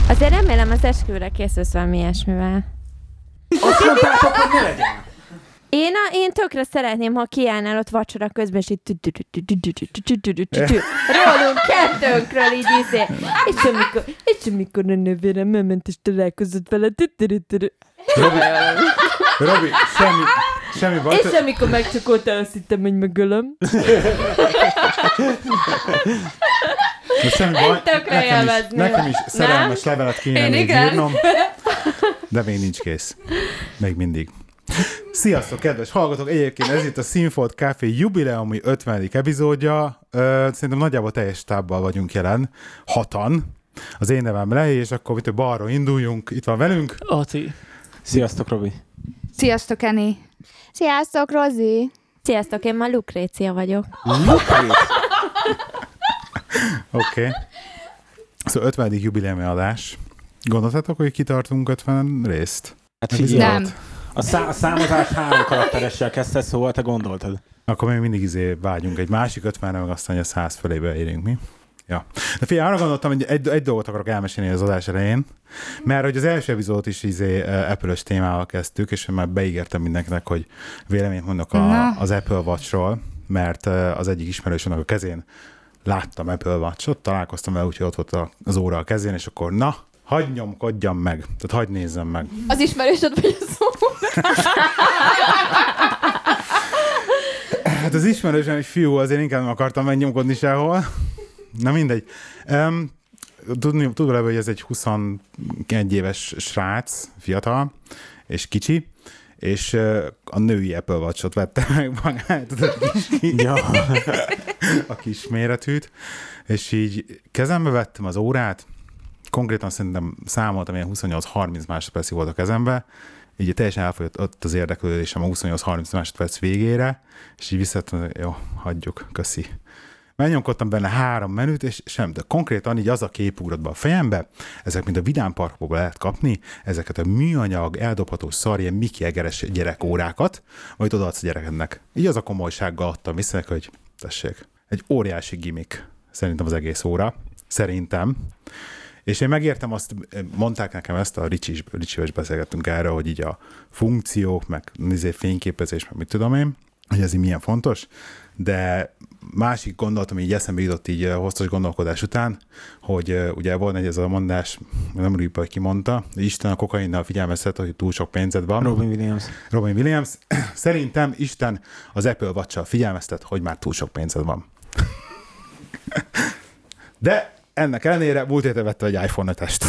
Azért remélem az esküvőre készülsz valami ilyesmivel. Azt mondtátok, hogy ne legyen. Én tökre szeretném, ha kiállnál ott vacsora közben, és így rólunk kettőnkről így izé. És amikor a nővérem elment és találkozott vele. Robi, semmi baj. És amikor megcsakoltál, azt hittem, hogy megölöm. Semmi baj. Tökre élvezni. Nekem is szerelmes levelet kéne még írnom. De még nincs kész. Még mindig. Sziasztok, kedves hallgatók! Egyébként ez itt a Színfolt Café jubileumi 50. epizódja. Szerintem nagyjából teljes tábbal vagyunk jelen. 6-an. Az én nevem Lehi, és akkor itt balról induljunk. Itt van velünk. Ati. Sziasztok, Robi. Sziasztok, Eni. Sziasztok, Rozi. Sziasztok, én ma Lukrécia vagyok. Oké. Szóval 50. jubileumi adás. Gondoltátok, hogy kitartunk 50 részt? Hát figyelj. Nem. A számozás 3 karakteressel kezdte, szóval te gondoltad. Akkor még mindig vágyunk egy másik 50-re, meg aztán a 100 felébe érünk mi. Ja. De figyelj, arra gondoltam, hogy egy dolgot akarok elmesélni az adás elején, mert hogy az első epizódot is Apple-ös témával kezdtük, és már beígértem mindenkinek, hogy véleményt mondok az Apple Watch-ról, mert az egyik ismerősömnek a kezén láttam Apple Watch-ot, találkoztam vele, úgyhogy ott volt az óra a kezén, és akkor hadd nyomkodjam meg, tehát hadd nézzem meg. Az ismerősöd vagy a szó. Hát az ismerősöm egy fiú, azért inkább nem akartam megnyomkodni sehol. Na mindegy. Tudod, hogy ez egy 21 éves srác, fiatal, és kicsi, és a női Apple Watch-ot vette meg magát, a kis méretűt, és így kezembe vettem az órát, konkrétan szerintem számoltam, ilyen 28-30 másodpercig volt a kezembe, így teljesen elfogyott ott az érdeklődésem a 28-30 másodperc végére, és így visszatettem, hogy jó, hagyjuk, köszi. Megnyomkodtam benne 3 menüt, és sem, de konkrétan így az a kép ugrott be a fejembe, ezek mind a vidámparkokból lehet kapni, ezeket a műanyag, eldobható szar, ilyen Mickey Egeres gyerekórákat, majd odaadsz a gyerekednek. Így az a komolysággal adtam vissza, hogy tessék, egy óriási gimmick szerintem az egész óra, szerintem. És én megértem azt, mondták nekem ezt, a Ricsivel is beszélgettünk erről, hogy így a funkciók, meg fényképezés, meg mit tudom én, hogy ez így milyen fontos, de másik gondolatom így eszembe jutott így hosszas gondolkodás után, hogy ugye volt ez a mondás, nem rúgjuk, hogy ki mondta, Isten a kokainnal figyelmeztet, hogy túl sok pénzed van. Robin Williams. Szerintem Isten az Apple Watch-sal figyelmeztet, hogy már túl sok pénzed van. De ennek ellenére múlt héten vette egy iPhone 5-est.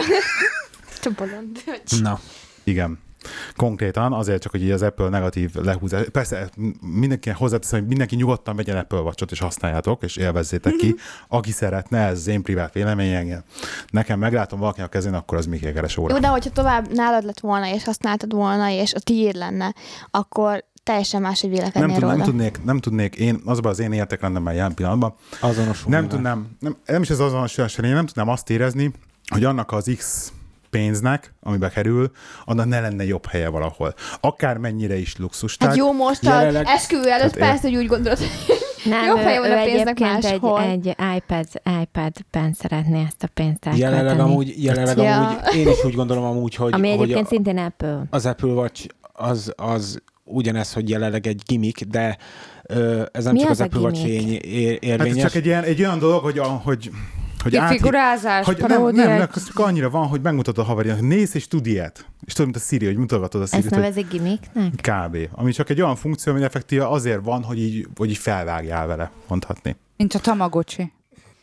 Na. Igen. Konkrétan azért csak, hogy így az Apple negatív lehúzás. Persze mindenkinek hozzáteszem, hogy mindenki nyugodtan vegyen Apple Watch-ot és használjátok, és élvezzétek ki. Aki szeretne, ez az én privát véleményem. Nekem meglátom valaki a kezén, akkor az Mickey Egeres óra. Jó, de hogyha tovább nálad lett volna, és használtad volna, és a tiéd lenne, akkor teljesen máshogy vélekednél róla. Nem tudnék én, azban az én értékrendemben jelen pillanatban. Azonosulni. Nem is az azonosulásra, én nem tudnám azt érezni, hogy annak az X pénznek, amibe kerül, annak ne lenne jobb helye valahol. Akármennyire is luxus. Hát jó, most jelenleg... esküvő előtt persze, hogy úgy gondolod, nem, jobb helye van a pénznek máshol. Egy iPad-ben szeretné ezt a pénzt elkölteni. Jelenleg amúgy én is úgy gondolom amúgy, hogy... Ami egyébként szintén Apple. Az Apple Watch az ugyanez, hogy jelenleg egy gimmick, de ez nem mi csak az Apple Watch érvényes. Hát csak egy olyan dolog, hogy figurázás, nem, csak annyira van, hogy megmutatod a haverjának, nézz és tud ilyet. És tudod, mint a Siri, hogy mutogatod a Siri-t. Ezt nevezik gimmicknek? Kb. Ami csak egy olyan funkció, ami effektíve azért van, hogy így felvágjál vele, mondhatni. Mint a Tamagocsi.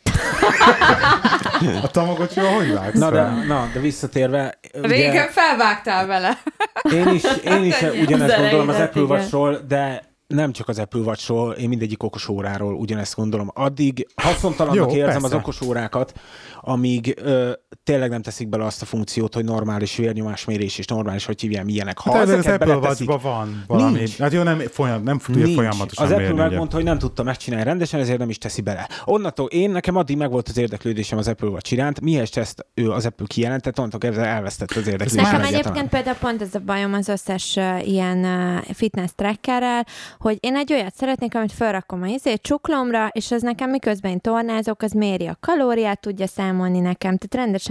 A Tamagocsival hogy vágsz de visszatérve... Régen ugye, felvágtál vele. Én is ugyanezt gondolom az Apple Watch-ról, de nem csak az Apple Watch-ról, én mindegyik okosóráról ugyanezt gondolom. Addig haszontalannak érzem az okosórákat, amíg tényleg nem teszik bele azt a funkciót, hogy normális vérnyomásmérés és normális, hogy hívják ilyenek. Ha hát az Apple Watch-ban van valami. Nincs. Hát jó, nem tudja folyamatosan az Apple megmondta, hogy nem tudta megcsinálni rendesen, ezért nem is teszi bele. Onnantól nekem addig megvolt az érdeklődésem az Apple Watch iránt, mihez ezt az Apple kijelentett, onnantól kezdve elvesztette az érdeklődésem. Nekem egyébként például pont ez a bajom az összes ilyen fitness trackerrel, hogy én egy olyat szeretnék, amit felrakom a csuklomra, és az nekem miközben én tornázok, az méri a kalóriát, tudja számolni nekem, tehát rendesen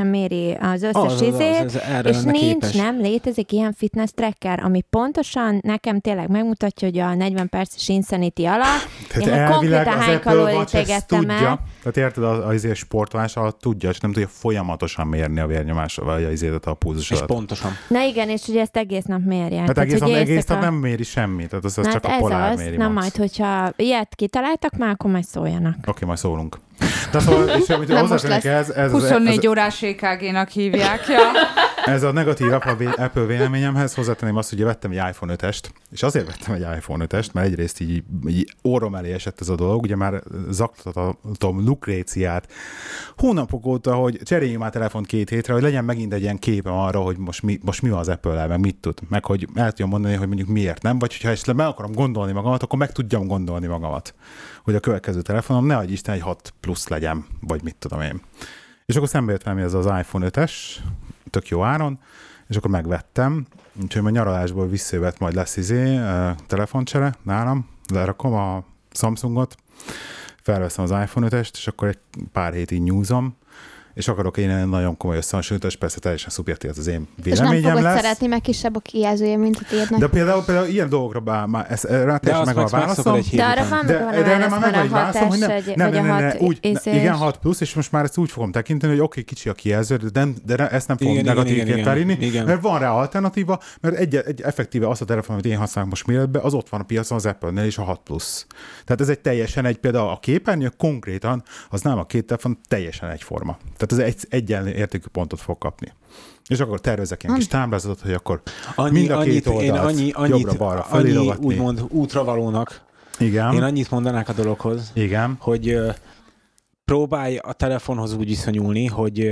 pontosan méri az összes izét, és nem létezik ilyen fitness tracker, ami pontosan nekem tényleg megmutatja, hogy a 40 perces Insanity alatt tehát konkrétan hány kalórit égettem el. Tehát érted, az sportolás alatt tudja, és nem tudja folyamatosan mérni a vérnyomásra, vagy a pulzusodat. És pontosan. Na igen, és ugye ezt egész nap mérje. Hát egész nap nem méri semmit, tehát az csak a polár méri. Na majd, hogyha ilyet kitaláltak már, akkor majd szóljanak. Oké, majd szólunk. De szóval, és amit hozzátennék ez 24 órás EKG-nak hívják, ja. Ez a negatív Apple véleményemhez hozzátenném azt, hogy vettem egy iPhone 5-est, és azért vettem egy iPhone 5-est, mert egyrészt így orrom elé esett ez a dolog, ugye már zaktatom Lukréciát hónapok óta, hogy cseréljünk már telefont 2 hétre, hogy legyen megint egy ilyen képem arra, hogy most mi van az Apple-lel, meg mit tud, meg hogy el tudjam mondani, hogy mondjuk miért nem, vagy hogyha esetleg meg akarom gondolni magamat, akkor meg tudjam gondolni magamat, hogy a következő telefonom ne adj Isten egy 6 plusz legyen, vagy mit tudom én. És akkor szembe jött velem ez az iPhone 5-es, tök jó áron, és akkor megvettem, úgyhogy a nyaralásból visszajövett, majd lesz telefoncsere nálam, lerakom a Samsungot, felveszem az iPhone 5-est, és akkor egy pár hétig nyúzom, és akarok én nagyon komoly összehasonlítást, persze teljesen szubjektív az én véleményem lesz. És nem fogod szeretni, meg kisebb a kijelzője, mint a tiédnek. De például ilyen dolgokra már rá teljesen meg a válaszom. De arra van meg a hatás, hogy igen, 6 plusz, és most már ezt úgy fogom tekinteni, hogy oké, kicsi a kijelző, de ezt nem fogom negatívként felírni, mert van rá alternatíva, mert egy effektíve azt a telefon, amit én használok most méretben, az ott van a piacon az Apple-nél és a 6 plusz. Tehát ez egy teljesen például a képernyő konkrétan, az nem a két telefon teljesen egyforma. Tehát ez egyenlő értékű pontot fog kapni. És akkor tervezek ilyen kis táblázatot, hogy akkor mind a két oldalt jobbra-balra felírogatni. Úgymond útravalónak. Igen. Én annyit mondanák a dologhoz, hogy próbálj a telefonhoz úgy viszonyulni, hogy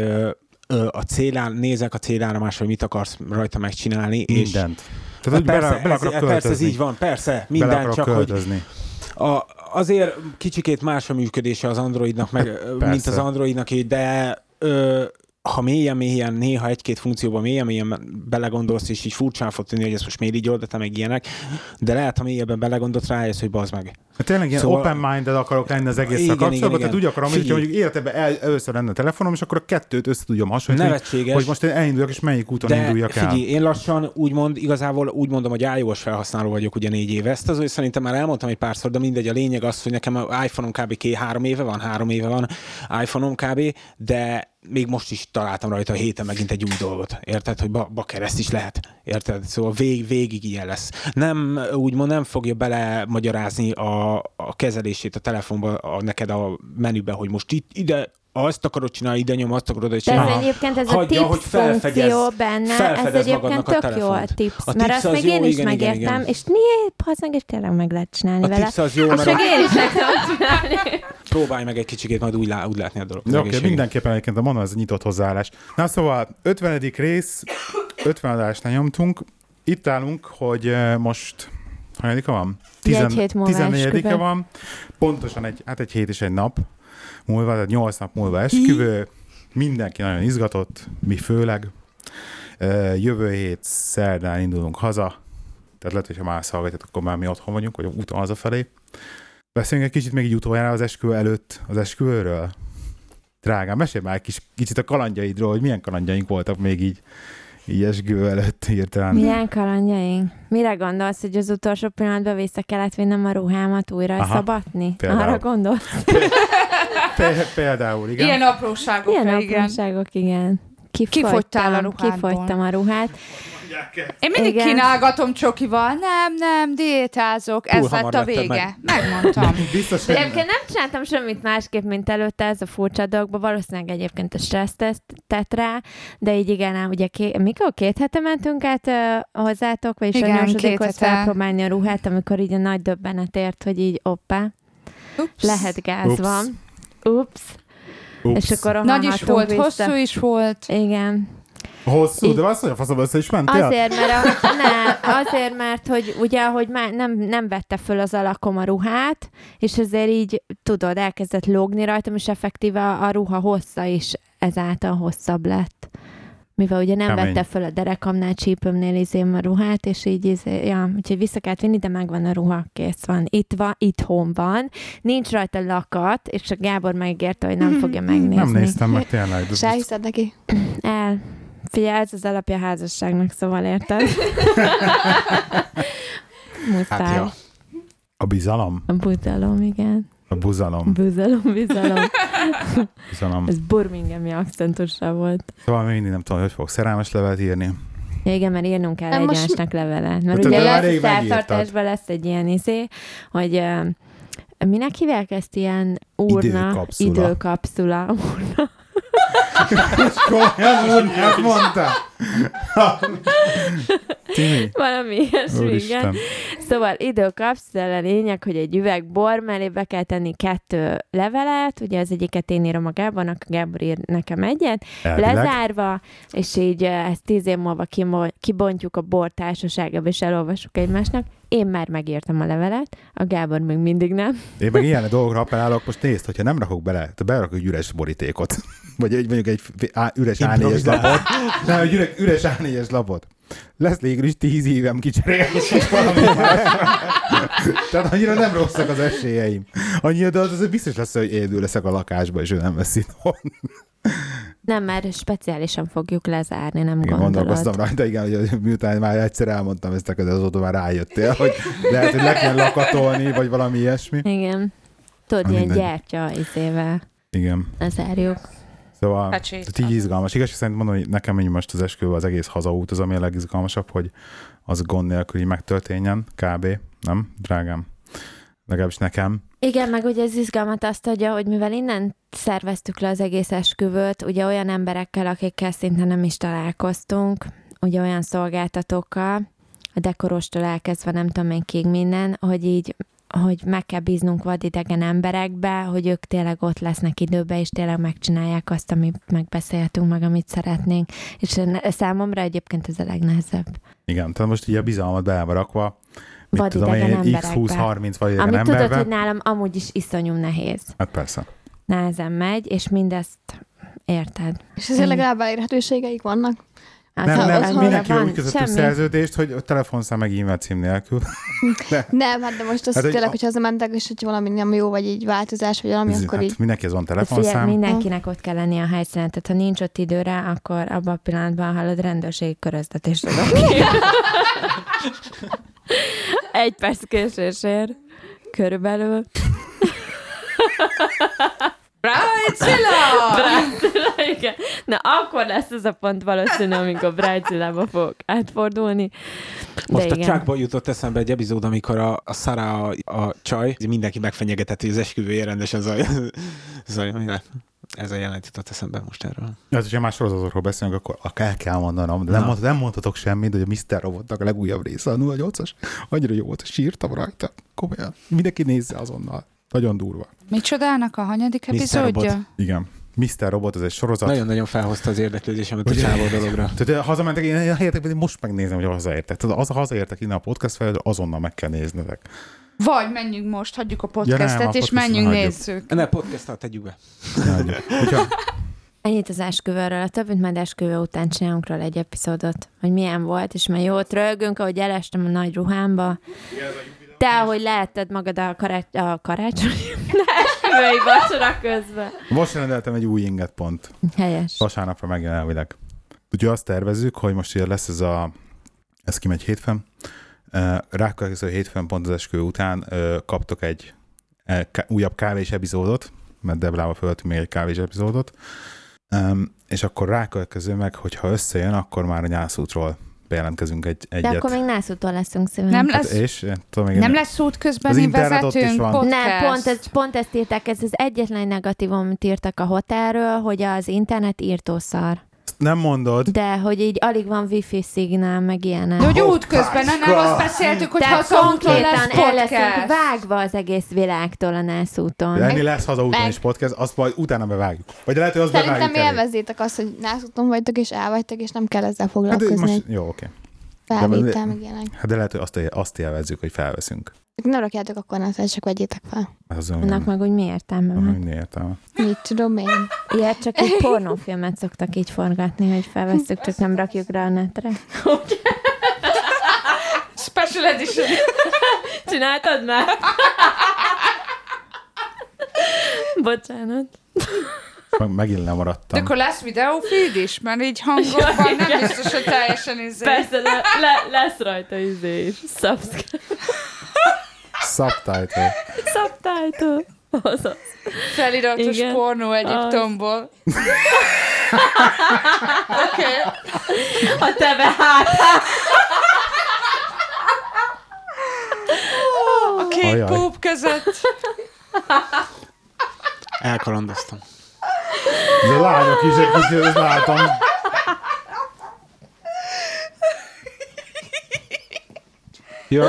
nézek a célállomásra, hogy mit akarsz rajta megcsinálni. Mindent. És persze ez így van, persze, minden csak költözni. Hogy azért kicsikét más a működése az Androidnak, mint az Androidnak, de ha mélyen, néha egy-két funkcióban mélyen belegondolsz, és így furcsán fog tűnni, hogy ezt most miért így oldottam, meg ilyenek, de lehet, ha mélyebben belegondolsz, rájössz, hogy bazd meg. Hát tényleg ilyen open-minded akarok lenni az egésszel kapcsolatban, tehát úgy akarom, hogy mondjuk életemben először lenne a telefonom, és akkor a kettőt össze tudjam hasonlítani. Nevetséges. Hogy most én elinduljak, és melyik úton induljak el. Figyelj, én lassan igazából úgy mondom, hogy iOS felhasználó vagyok ugye 4 éve. Ezt azért szerintem már elmondtam egy párszor, de mindegy, a lényeg az, hogy nekem az iPhone-om kb. 3 éve van iPhone-om kb., de még most is találtam rajta a héten megint egy új dolgot. Érted, hogy bakker, ezt is lehet. Érted? Szóval végig ilyen lesz. Nem fogja belemagyarázni a kezelését a telefonba, neked a menübe, hogy most ide azt akarod csinálni, ide nyom, azt akarod csinálni. De egyébként ez a tips funkció benne, ez egyébként tök jó a tips. Mert azt még én is megértem, és és tényleg meg lehet csinálni vele. A tips az jó, mert én is meg tudom csinálni. Próbálj meg egy kicsikét majd úgy látni a dolgot. Oké, mindenképpen egyébként mondom, ez a nyitott hozzáállás. Na szóval, 50. rész, 50 adásnál nyomtunk. Itt állunk, hogy most hanyadika van? 14-e van. Pontosan egy hét és egy nap múlva, tehát 8 nap múlva esküvő. Mindenki nagyon izgatott, mi főleg. Jövő hét szerdán indulunk haza. Tehát lehet, hogyha már hallgatjátok, akkor már mi otthon vagyunk, vagy úton hazafelé. Beszéljünk egy kicsit még így utoljára az esküvő előtt, az esküvőről. Drágám, mesélj már egy kicsit a kalandjaidról, hogy milyen kalandjaink voltak még így esküvő előtt hirtelen. Milyen kalandjaink? Mire gondolsz, hogy az utolsó pillanatban vissza kellett vinnem a ruhámat újra szabadni? Arra gondolsz? Például, igen. Ilyen apróságok, igen. Kifogytam a ruhát. Én mindig kínálgatom csokival, nem, diétázok, ez lett a vége. Megmondtam. De egyébként nem csináltam semmit másképp, mint előtte, ez a furcsa dolgokban, valószínűleg egyébként a stressz tett rá, de így igen, ugye mikor 2 hete mentünk át hozzátok, vagyis a nyomsodékhoz felpróbálni a ruhát, amikor így a nagy döbbenet ért, hogy így lehet gáz van. És akkor nagy is volt, hosszú is volt. Igen. Hosszú, de azt mondja, faszom, össze is mentél? Azért, mert hogy ugye, hogy már nem vette föl az alakom a ruhát, és ezért így, tudod, elkezdett lógni rajtam, és effektíve a ruha hossza is ezáltal hosszabb lett. mivel ugye nem vette föl a derekamnál, csípőmnél a ruhát, és így úgyhogy vissza kellett vinni, de megvan a ruha, kész van. Itthon van, nincs rajta lakat, és csak Gábor megígérte, hogy nem fogja megnézni. Nem néztem meg tényleg. És elhiszed neki? Figyelj, ez az alapja a házasságnak, szóval érted? Muszáj. Hát, ja. A bizalom? A buzalom, igen. A buzalom. Bizalom. Bizalom. Ez birminghami akcentussal volt. Szóval még mindig nem tudom, hogy fogok szerelmes levelet írni. Ja, igen, mert írnunk kell egymásnak levelet. Mert hát ugye lesz a szertartásban lesz egy ilyen hogy minek hívják ezt ilyen urna? Időkapszula. Urna. És komolyan úgy mondta. Timi. Valami ilyesmi, igen. Szóval időkapszula a lényeg, hogy egy üveg bor mellé be kell tenni 2 levelet, ugye az egyiket én írom a Gábornak, a Gábor ír nekem egyet, lezárva, és így ezt 10 év múlva kibontjuk a bor társaságába, és elolvassuk egymásnak. Én már megírtam a levelet, a Gábor még mindig nem. Én meg ilyen dolgokra appellálok, most nézd, hogyha nem rakok bele, te berakok egy üres borítékot, vagy mondjuk egy üres A4-es lapot. Nem, egy üres A4-es lapot. Lesz végül is 10 évem kicserélni, és valami másra. Tehát annyira nem rosszak az esélyeim. Annyira, de az biztos lesz, hogy egyedül leszek a lakásba, és ő nem veszi itthon. Nem, mert speciálisan fogjuk lezárni, nem igen, gondolod. Gondolkoztam rajta, igen, hogy miután már egyszer elmondtam ezt neked, azóta már rájöttél, hogy lehet, hogy le kell lakatolni, vagy valami ilyesmi. Igen. Tudod, ilyen gyertya izével. Igen. Lezárjuk. Szóval így izgalmas. Igaz, szerint mondom, hogy nekem így most az esküvő az egész hazaút az, ami a legizgalmasabb, hogy az gond nélkül így megtörténjen, kb. Nem, drágám? Legalábbis nekem. Igen, meg ugye az izgalmat azt adja, hogy mivel innen szerveztük le az egész esküvőt, ugye olyan emberekkel, akikkel szinte nem is találkoztunk, ugye olyan szolgáltatókkal, a dekorostól elkezdve nem tudom én kég minden, hogy meg kell bíznunk vadidegen emberekbe, hogy ők tényleg ott lesznek időben, és tényleg megcsinálják azt, amit megbeszéltünk, meg amit szeretnénk. És számomra egyébként ez a legnehezebb. Igen, tehát most így a bizalmat be van rakva, vadidegen emberekbe. X20-30 vadidegen amit emberbe. tudod, hogy nálam amúgy is iszonyú nehéz. Hát persze. Nehezen megy, és mindezt érted. És ezért legalább elérhetőségeik vannak. Nem, mindenkivel úgy közöttük szerződést, hogy telefonszám meg e-mail cím nélkül. Nem, hát de most az tényleg, hogy hazamentek, és hogy valami nem jó, vagy így változás, vagy valami, akkor így... Mindenki az van telefonszám. Mindenkinek ott kell lenni a helyszínen, tehát ha nincs ott időre, akkor abban a pillanatban hallod rendőrségi köröztetést adok ki. 1 perc késésért. Körülbelül. Brájcila, igen. Na, akkor lesz ez a pont valószínű, amikor Brájcilába fogok átfordulni. Most a Chuckból jutott eszembe egy epizód, amikor a Sarah a csaj, mindenki megfenyegetett, hogy az esküvője rendesen zajlja. Ez a jelent jutott eszembe most erről. Hát, hogyha más sorozatokról beszélünk, akkor el kell mondanom. De nem mondhatok semmit, hogy a Mr. Robotnak a legújabb része, a 08-as, annyira jó volt, sírtam rajta. Komolyan. Mindenki nézze azonnal. Nagyon durva. Micsodának a hanyadik epizódja? Igen. Mr. Robot, az egy sorozat. Nagyon-nagyon felhozta az érdeklődésemet a csávó dologra. Tehát hazamentek, én helyettek, most megnézem, hogy hazaértek. Tehát hazaértek innen a podcast felől, azonnal meg kell néznetek. Vagy menjünk most, hagyjuk a podcastet, és menjünk nézzük. Ne, podcastot tegyük be. Ennyit az esküvőről, a többit majd esküvő után csinálunk róla egy epizódot, hogy milyen volt, és már jót rögünk, ahogy elestem a nagy ruhámba. Te, ahogy lehetted magad a karácsonyi esküvői vacsora közben. Most rendeltem egy új inget pont. Helyes. Vasárnapra megjön elvileg. Úgyhogy azt tervezzük, hogy most ugye lesz ez kimegy hétfőn. Rákövetkező hétfőn pont az esküvő után kaptok egy újabb kávés epizódot, mert Deblával fölöttünk még egy kávés epizódot, és akkor rákövetkező meg, hogyha összejön, akkor már a Nyászútról bejelentkezünk egyet. De akkor még Nászúton leszünk szívem. Nem lesz, nem lesz útközbeni vezetőnk podcast? Nem, pont ezt írták, ez az egyetlen negatívum, amit írtak a hotelről, hogy az internet írtószar. Nem mondod. De, hogy így alig van wifi szignál, meg ilyenek. De hogy útközben, nem azt beszéltük, hogy hazaúton lesz podcast. Vágva az egész világtól a Nászúton. Lenni lesz hazaúton is podcast, azt majd utána bevágjuk. Vagy lehet, hogy azt bevágjuk. Szerintem élvezzétek azt, hogy Nászúton vagytok és elvagytok, és nem kell ezzel foglalkozni. Hát most, jó, oké. Felvétel, meg ilyenek. Hát de lehet, hogy azt élvezzük, hogy felveszünk. Nem rakjátok akkor netet, csak vegyétek fel. Annak meg úgy mi értelme van? Mi értelme? Mit tudom én? Ilyet csak egy pornófilmet szoktak így forgatni, hogy felvesszük, csak nem rakjuk rá a netre. Special edition. Csináltad már? Bocsánat. Megint lemaradtam. De akkor lesz videófeed is? Mert így hangokban nem biztos, hogy teljesen Persze, lesz rajta is. Subtitle. Azaz. Feliratos pornó Egyiptomból. Oké. A teve hátán. A két púp között. Elkalandoztam. De a lányok is egy kicsit, ezt látom. Jó?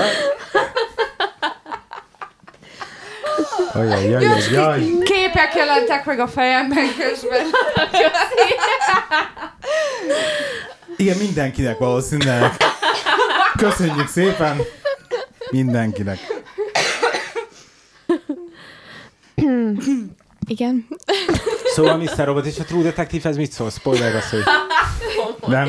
Jaj. Képek jelentek meg a fejemben közben. Igen, mindenkinek valószínűleg. Köszönjük szépen. Mindenkinek. Igen. Szóval Mr. Robot és a True Detective, ez mit szól? Spoiler beszélj. Nem.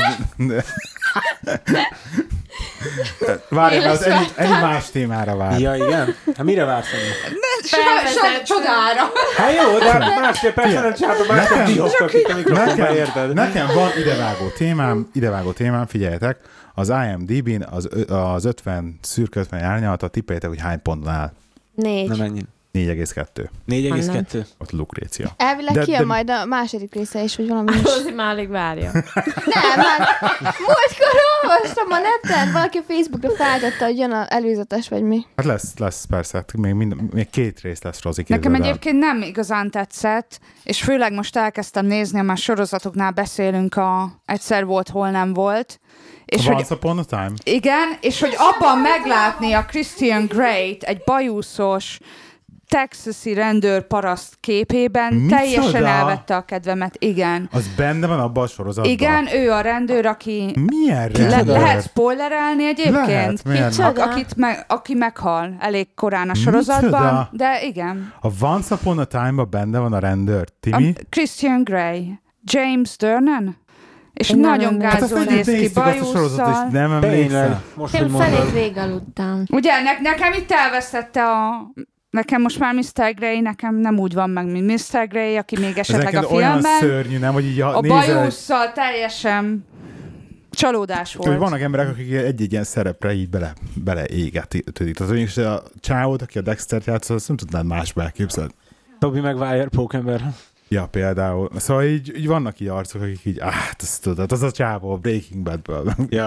Várj, az Eni más témára vár. Ja, igen? Hát mire vársz? Csodára. Hát jó, de másképp persze nem csináltam, másképp kihoztak itt a mikrofonba, érted? Nekem van idevágó témám, figyeljetek, az IMDb-n az 50 szürke 50 árnyalata, tippeljétek, hogy hány ponton áll. 4. Nem ennyi. 4,2. 4,2? Ott Lukrécia. Elvileg kijön majd a második része is, vagy valami is. Rozi már alig várja. Nem, múltkor olvastam a neten, valaki a Facebookra feltette, hogy jön az előzetes, vagy mi. Hát lesz persze, még 2 rész lesz, Rozi. Nekem egyébként nem igazán tetszett, és főleg most elkezdtem nézni, ha már sorozatoknál beszélünk, egyszer volt, hol nem volt. És Once Upon a Time? Igen, és hogy abban meglátni a Christian Grey-t egy bajuszos, texasi rendőrparaszt képében teljesen elvette a kedvemet, igen. Az benne van abban a sorozatban? Igen, ő a rendőr, aki... Milyen rendőr? Lehet spoilerelni egyébként? Aki meghal elég korán a sorozatban, de igen. A Once Upon a Time-ban benne van a rendőr, Timi? Christian Grey. James Dernan? És nagyon gázol néz ki bajusszal. Nem emlékszem. Én felét végaludtam. Ugye, nekem itt elvesztette Nekem most már Mr. Grey, nekem nem úgy van meg, mint Mr. Grey, aki még esetleg a filmben. Olyan szörnyű, nem? Hogy így a bajusszal teljesen csalódás volt. Hogy vannak emberek, akik egy ilyen szerepre így beleégetődik. Tehát a csávót, aki a Dextert játszott, azt nem tudnád másba elképzelni. Tobey Maguire, Pókember. Ja, például. Szóval így vannak így arcok, akik így, ezt tudod, az a csávó a Breaking Badből. Ja.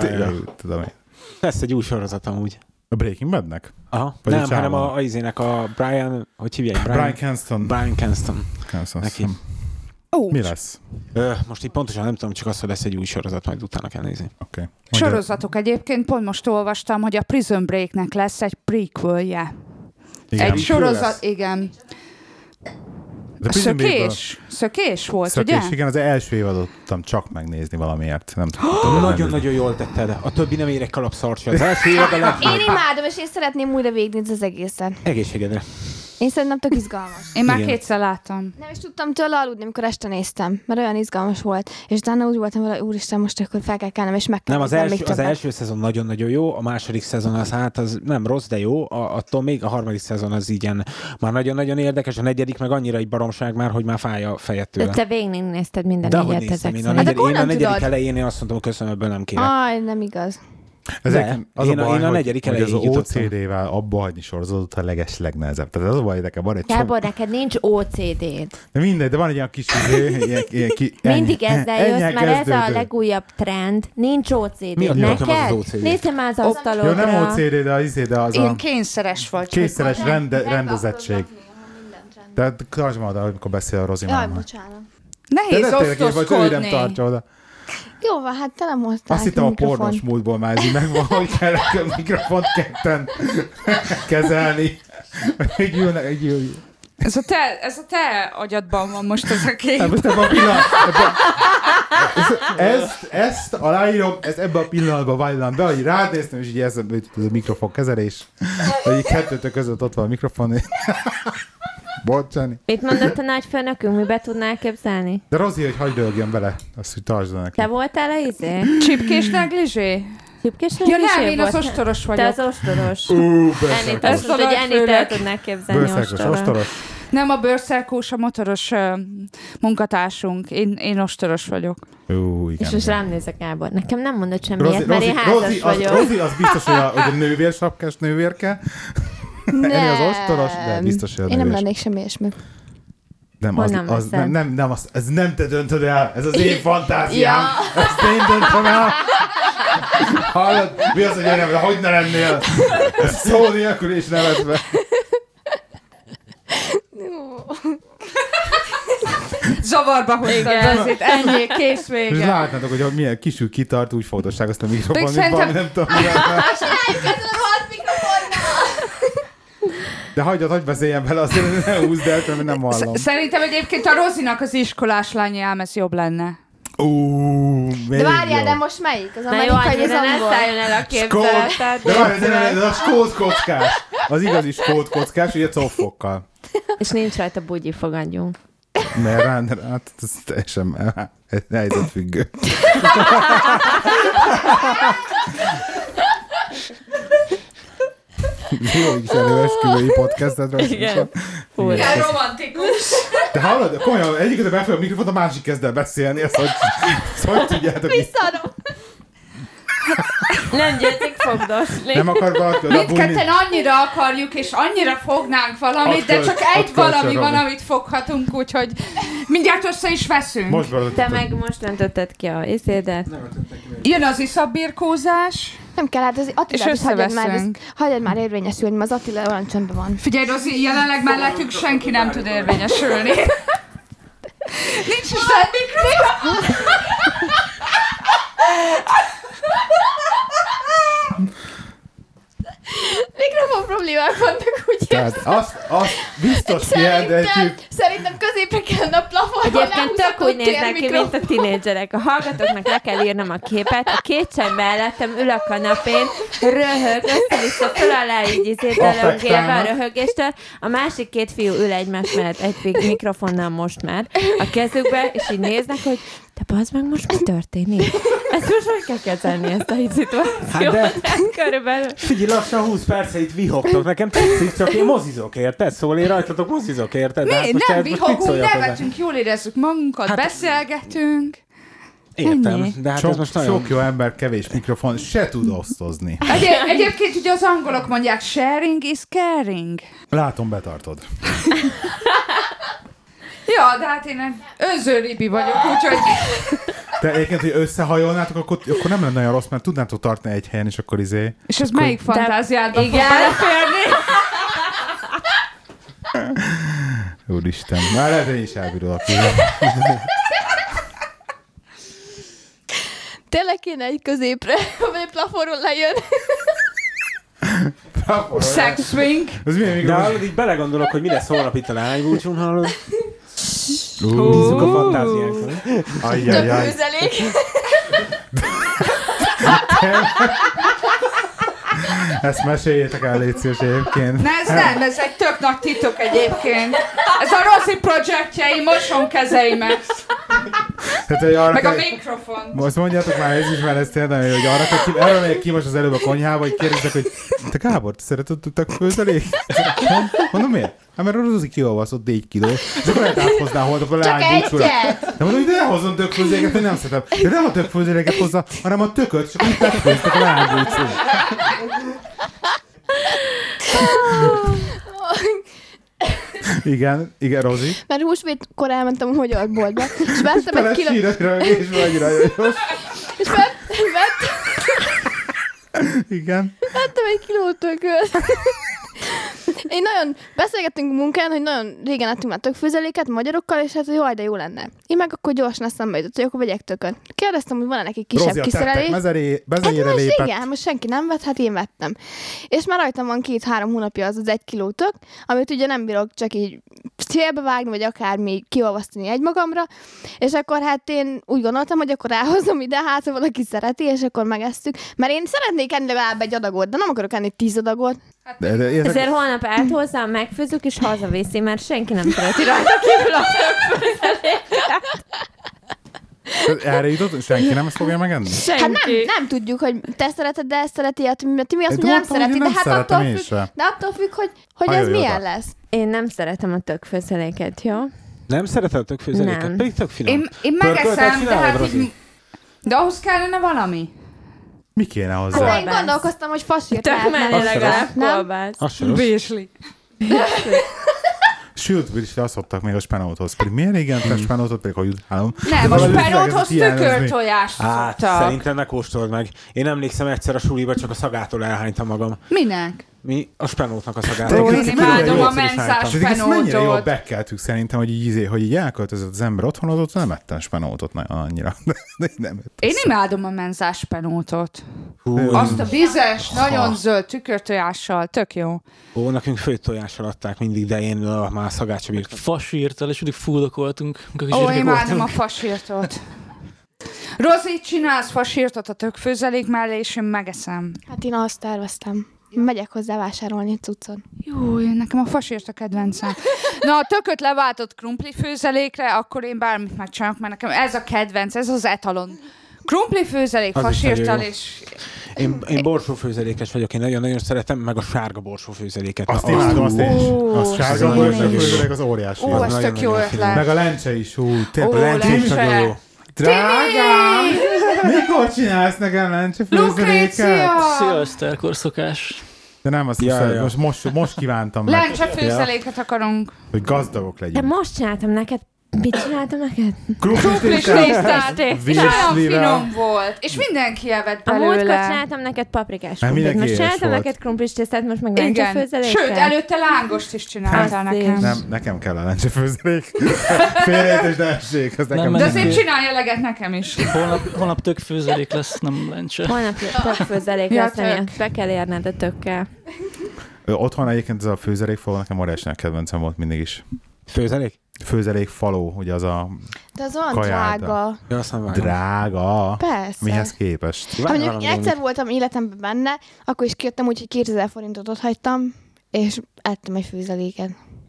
Lesz egy új sorozat amúgy. A Breaking Badnek? Aha. Vagy nem, hanem a izének a Brian, hogy hívják? Brian Cranston. Brian Cranston. Neki. Mi lesz? Most így pontosan nem tudom, csak az, hogy lesz egy új sorozat, majd utána kell nézni. Okay. Sorozatok egyébként, pont most olvastam, hogy a Prison Breaknek lesz egy prequelje. Egy sorozat, igen. Szökés volt, ugye? Igen, az első évadot tudtam csak megnézni valamiért. Nem tudtam. Nagyon-nagyon jól tetted. A többi nem érek kalapszarcsra. Az első évad a legjobb. Én imádom, és én szeretném újra végignézni az egészet. Egészségedre. Én szerintem tök izgalmas. Én már 2-szer láttam. Nem is tudtam tőle aludni, amikor este néztem, mert olyan izgalmas volt. És utána úgy voltam vele, úristen, most akkor fel kell kelnem, és meg kell néznem. Nem, az első szezon nagyon-nagyon jó, a második szezon az nem rossz, de jó. Attól még a harmadik szezon az ilyen már nagyon-nagyon érdekes, a negyedik meg annyira egy baromság már, hogy már fáj a fejed tőle. De te végignézted minden egyet ezek szerint. Én a negyedik elején azt mondtam, köszönöm, ebből nem kérek. Nem igaz. Én a negyedik elején hogy az OCD-vel abba hagyni sorozatot a legnehezebb. Tehát az a baj, nekem van egy Gábor, neked nincs OCD-d. De mindegy, de van egy ilyen kis mindig ezzel jössz, mert ez a legújabb trend. Nincs OCD. Neked? Nézd már az asztalodra. Jó, nem OCD, de az ilyen kényszeres vagy. Kényszeres rendezettség. Tehát tartsd majd, amikor beszél a Rozi. Jaj, bocsánat. Nehéz osztozkodni. Nem tartja oda. Jó van, hát te nem hoztál. Azt hittem a pornos múltból már ez meg van, hogy kell a mikrofont ketten kezelni. Így Ez a te agyadban van most ez a kép. Ezt aláírom, ezt ebben a pillanatban vajlom be, hogy rád néztem, és így ez a mikrofon kezelés. Hogy így kettőtök között ott van a mikrofon. Bocsánat. Mit mondott a nagyfőnökünk, mibe tudnál képzelni? De Rozi, hogy hagyd döljön bele. Azt, hogy tartsd neki. Te voltál a izé? Csipkés negligé? Csipkés negligé? Ja nem, én az ostoros vagyok. Te az ostoros. Berszerkós. Azt mondta, hogy Ennyt el tudnál képzelni ostoros. Nem, a bőrszerkós, a motoros munkatársunk. Én ostoros vagyok. Igen. És most rám nézek, Gábor. Nekem nem mondott semmiért, mert én házas vagyok. Rozi, az biztos, hogy a nővérsapkás nővérke. Ennyi az ostoros, de biztos, hogy a én nem lennék semmi ilyesmi. Ez nem te döntöd el, ez az én fantáziám. Ezt én döntöm el. Hallod? Mi az, hogy én nem, de hogy ne lennél? Ez szó nélkül és nevetve. Zavarba hoztad azért, ennyi, kész vége. És látnátok, hogy milyen kisül kitart, úgy fontosság azt a mikrofon, mint valami, nem tudom, mi De hagyj beszéljen vele, azért ne húzd el, mert nem hallom. Szerintem egyébként a Rozinak az iskolás lányám, ez jobb lenne. De várjál, de most melyik? Az amerikai, az angol? Ne szálljon el a képzeletet. De várjál, de a skót kockás. Az igazi skót kockás, ugye coffokkal. És nincs rajta bugyi, fogadjunk. Mert hát ez teljesen helyzetfüggő. Jó is előesküvői podcastet. Igen. Igen, romantikus. De hallod, komolyan, egyiket befelé a mikrofont, a másik kezd el beszélni, ezt hogy tudjátok? Visszaadom. Nem győzik fogdosni. Nem akar valaki Mindketten annyira akarjuk, és annyira fognánk valamit, de csak egy valami van, amit foghatunk, úgyhogy mindjárt össze is veszünk. Te meg most öntötted ki a iszédet. Jön az iszabbirkózás. Nem kell, hát az Attilát hagyjad már érvényesülni, mert az Attila olyan csöndben van. Figyelj, Rozi, jelenleg mellettük senki nem tud érvényesülni. Nincs is Mikrofon problémák vannak, ugye? Tehát azt biztos kijelentjük. Szerintem középre kellene a plafonban. Egyébként tök úgy néznek ki, mint a tinédzserek. A hallgatóknak le kell írnom a képet. A két csaj mellettem ül a kanapén, röhög, össze-vissza föl alá így izételöngélve a röhögéstől. A másik két fiú ül egymás mellett egy mikrofonnal most már a kezükbe, és így néznek, hogy te bazd meg, most mi történik? Ezt most hogy kell kezelni, ezt a szituációt? Hát de körülbelül. Figyelj, lassan 20 perce itt vihogtok. Nekem tetszik, csak én mozizok, érted? Szóval én rajtatok mozizok, érted? Mi? Nem vihogunk, nevetünk, jól érezzük magunkat, beszélgetünk. Értem, ennyi. de hát ez most nagyon... Sok jó ember, kevés mikrofon, se tud osztozni. Egyébként ugye az angolok mondják, sharing is caring. Látom, betartod. Ja, de hát én önző Libi vagyok, úgyhogy... De egyébként, hogy összehajolnátok, akkor nem lenne olyan rossz, mert tudnátok tartani egy helyen, és akkor És ez melyik fantáziádban fog beleférni? Úristen, már lehet, hogy én is elbírulok. Tényleg kéne egy középre, vagy plafonról lejön. Sex swing. De hallod, így belegondolok, hogy mi lesz holnap itt a lánybúcsún, hallod? Bízzuk a fantáziánkon. Több főzelék. Ezt meséljétek el, légy szíves egyébként. Ez egy tök nagy titok egyébként. Ez a Rozi projektje, én mosom kezeimet. Meg a mikrofon. Most mondjátok már, ez is már ezt érdemelni, hogy arra megyek ki most az előbb a konyhába, hogy kérdeztek, hogy te Gábor, te szereted tök főzelék? Mondom, miért? Hát mert a Rozi kiolvaszott 4 kilót, és akkor lehet áthoznál holnap a lánybúcsúra. De mondom, hogy ne hozzon tökfőzeléket, hogy nem szeretem. De nem a tökfőzeléket hozza, hanem a tököt, csak úgy megfőztek a lánybúcsúra. Igen, Rozi. Mert húsvétkor elmentem a magyar boltba, és vettem egy kilót... És vagy rajos. És Igen. vettem egy kilót tököt. Én nagyon beszélgettünk a munkán, hogy nagyon régen ettünk már tökfőzeléket magyarokkal, és hát jaj, de jó lenne. Én meg akkor gyorsan eszembe jutott, hogy akkor vegyek tököt. Kérdeztem, hogy van-e neki kisebb kiszerelés. Bezejére lépett. Igen, most senki nem vett, hát én vettem. És már rajtam van 2-3 hónapja az 1 kiló tök, amit ugye nem bírok csak így félbevágni, vagy akármi kiolvasztani egymagamra, és akkor hát én úgy gondoltam, hogy akkor elhozom ide, hát ha valaki szereti, és akkor megesztük. Mert én szeretnék enni legalább egy adagot, de nem akarok enni 10 adagot. Ezért holnap áthozzam, megfőzzük, és hazaviszi, mert senki nem szereti rajta kívül a többfőzeléket. Erre jutott? Senki nem ezt fogja megenni? Hát nem tudjuk, hogy te szereted, de ezt szereti, ti mi azt mondja, nem szereti, de hát attól függ, hogy ez milyen lesz. Én nem szeretem a többfőzeléket, jó? Nem szereted a többfőzeléket? Nem. Pedig tök finom. Én megeszem, de hát így... De ahhoz kellene valami. Mi kéne hozzá? Én gondolkoztam, hogy fasírt Tök menni legalább kolbász. Az se rossz. Bésli. Sült is azt hoztak még a spenóthoz. Pedig miért régen te spenótot, pedig hogy utálom. Nem, a spenóthoz tükörtojást szoktak. Szerintem ne kóstold meg. Én emlékszem egyszer a suliba, csak a szagától elhánytam magam. Minek? Mi? A spenótnak a szagától. Én imádom a menzás spenótot. Mennyire jól bekkeltük szerintem, hogy így elköltözött az ember otthon, ott nem ettem spenótot annyira. Én imádom a menzás spenótot. Azt a vizes, nagyon zöld tükörtojással, tök jó. Ó, nekünk főtt tojással adták mindig, de én már szagát sem bírtam. Fasírtal, és mindig fuldokoltunk. Ó, imádom a fasírtot. Rozi, csinálsz fasírtot a tökfőzelék mellé, és én megeszem. Hát én azt terveztem. Megyek hozzá vásárolni cuccot. Jó, nekem a fasírt a kedvencem. Na, a tököt leváltott krumpli főzelékre, akkor én bármit megcsinálok, mert nekem ez a kedvenc, ez az etalon. Krumpli főzelék, fasírtal és... Én borsófőzelékes vagyok, én nagyon-nagyon szeretem, meg a sárga borsófőzeléket. Azt imádom, azt én is. A sárga borsófőzelék az óriási. Ó, az tök jó ötlet. Meg a lencse is, a lencse is nagyon jó. Drágám! Mikor csinálsz nekem lencsefőzeléket? Szilveszterkor szokás. De nem, azt most kívántam meg. Lencsefőzeléket akarunk. Hogy gazdagok legyünk. De most csináltam neked. Mit csináltam neked? Krumplis tésztát. Nagyon finom volt. És mindenki evett belőle. A múltkor csináltam neked paprikás krumplit. Most csináltam neked krumplis tésztát, most meg lencsefőzeléket. Sőt, előtte lángost is csináltál nekem. Nem, nekem kell a lencsefőzelék. Félrejtés, de essék. De azért csinálj eleget nekem is. Holnap tökfőzelék lesz, nem lencse. Holnap tökfőzelék lesz, amiatt be kell érned a tökkel. Otthon egyébként ez a főzelékfaló nekem óriási kedvencem volt mindig is. Főzelék? Főzelékfaló, ugye az a de az olyan drága. Drága? Persze. Mihez képest? Mondjuk egyszer voltam életemben benne, akkor is kijöttem úgy, hogy 2000 forintot ott hagytam, és ettem egy főzeléket.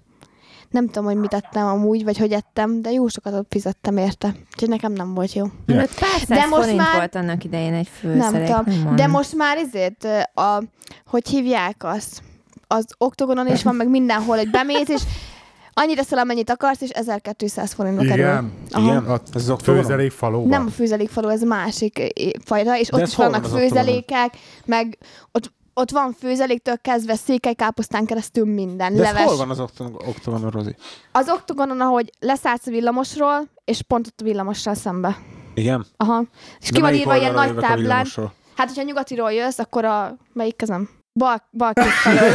Nem tudom, hogy mit ettem amúgy, vagy hogy ettem, de jó sokat ott fizettem érte. Úgyhogy nekem nem volt jó. Yeah. De most forint már... volt annak idején egy főzelék. Nem tudom. De most már hogy hívják azt? Az Oktogonon is van, meg mindenhol, hogy bemész, és annyira szel, amennyit akarsz, és 1200 forintba kerül. Igen, ez a főzelékfalóban. Nem a főzelékfaló, ez másik fajta, és ott is vannak főzelékek, meg ott van főzeléktől kezdve székelykáposztán keresztül minden. De leves. hol van az Oktogonon, Rozi? Az Oktogonon, ahogy leszállsz a villamosról, és pont ott a villamossal szembe. Igen? Aha. És ki van írva ilyen nagy táblán. Hát, hogyha nyugatiról jössz, akkor melyik kezem? Bal kéz felől.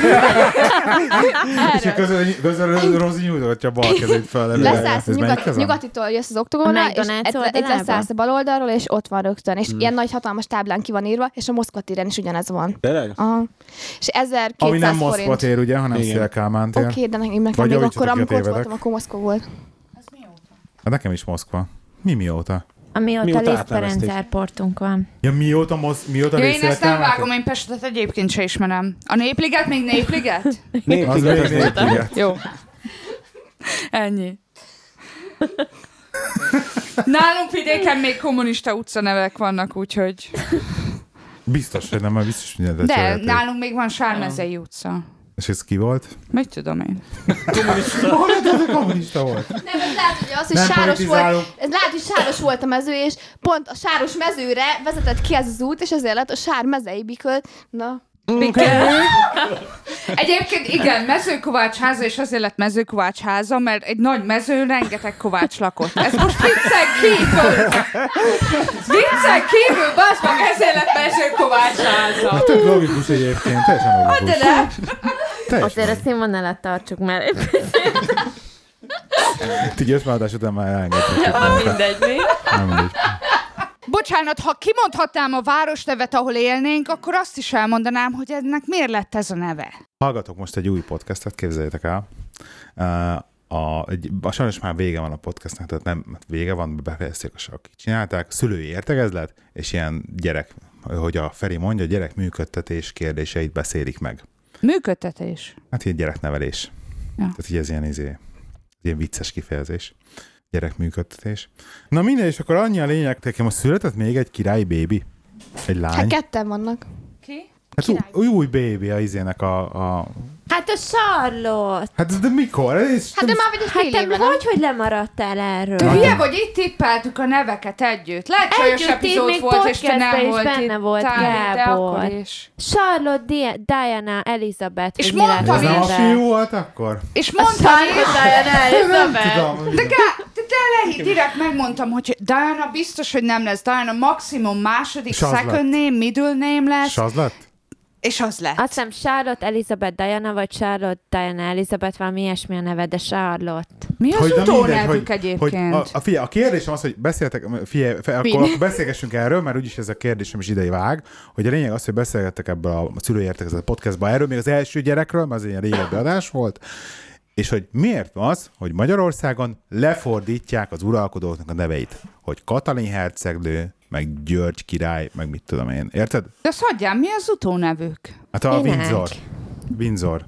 És közben Rozi nyújtogatja a bal kezét fel. Leszállsz nyugatitól jössz az Oktogonra, és itt leszállsz a bal oldalról, és ott van rögtön. És ilyen nagy hatalmas táblán ki van írva, és a Moszkva téren is ugyanez van. Tényleg? Aha. És 1200 forint. Ami nem Moszkva tér, ugye, hanem Szél-Kálmán tér. Oké, de nekem még akkor, amikor voltam, akkor Moszkva volt. Ez mióta? Hát nekem is Moszkva. Mióta? Amióta Liszt Ferenc Airportunk van. Ja, mióta én ezt nem vágom, én Pestet egyébként se ismerem. A Népliget még Népliget? Népliget. Jó. Ennyi. Nálunk vidéken még kommunista utcanevek vannak, úgyhogy... Biztos, hogy nem, mert biztos mindent. De nálunk még van Sármezei utca. És ez ki volt? Mit tudom én? Kommunista volt. Nem, ez lehet, hogy az, hogy sáros volt. Ez lehet, hogy sáros volt a mező, és pont a sáros mezőre vezetett ki ez az út, és ezért lett a Sármezei Bikölt. Na. Egyébként igen, Mezőkovács háza, és azért lett Mezőkovács háza, mert egy nagy mezőn rengeteg kovács lakott. Ez most viccen kívül! Viccen kívül, bassz meg, ezért lett Mezőkovács háza. Hát tök logikus egyébként, teljesen logikus. De azért a színvonalat tartsuk már egy Így 50 adás után már elengedhetjük. Mindegy, mi? Nem mindegy. Bocsánat, ha kimondhatnám a városnevet, ahol élnénk, akkor azt is elmondanám, hogy ennek miért lett ez a neve. Hallgatok most egy új podcastet, képzeljétek el. sajnos már vége van a podcastnak, tehát nem vége van, befejezték, akik csinálták, szülői értekezlet, és ilyen gyerek, hogy a Feri mondja, gyerek működtetés kérdéseit beszélik meg. Működtetés? Hát ilyen gyereknevelés. Ja. Tehát így ez ilyen vicces kifejezés. Gyerekműködtetés. Na minden, és akkor annyi a lényeg, nekem most született még egy királyi bébi. Egy lány. Hát ketten vannak. Ki? Hát új bébi a izének a... Hát a Charlotte. Hát de mikor? Hát de már vagy egy fél éve, nem? Hogy lemaradtál erről? Te hülye vagy, itt tippeltük a neveket együtt. Lehet, csajos epizód volt, és te nem volt itt. Benne volt Gábor. Charlotte, Diana, Elizabeth. És mondtam is. Ez nem a fiú volt akkor? És mondtam is. Diana, Elizabeth. De lehít, direkt megmondtam, hogy Diana biztos, hogy nem lesz. Diana maximum második, second name, middle name lesz. És az lett? És az lett. Azt hiszem Charlotte, Elizabeth, Diana, vagy Charlotte, Diana, Elizabeth, valami ilyesmi a neve, de Charlotte. Mi az utónevük egyébként? A kérdésem az, hogy beszéltek, akkor beszélgessünk erről, mert úgyis ez a kérdésem is idei vág, hogy a lényeg az, hogy beszélgettek ebből a szülői értekezlet podcastban erről, még az első gyerekről, mert az ilyen régebbi adás volt, és hogy miért van az, hogy Magyarországon lefordítják az uralkodóknak a neveit, hogy Katalin hercegnő, meg György király, meg mit tudom én. Érted? De azt hagyjál, mi az utónevük? Hát a Windsor.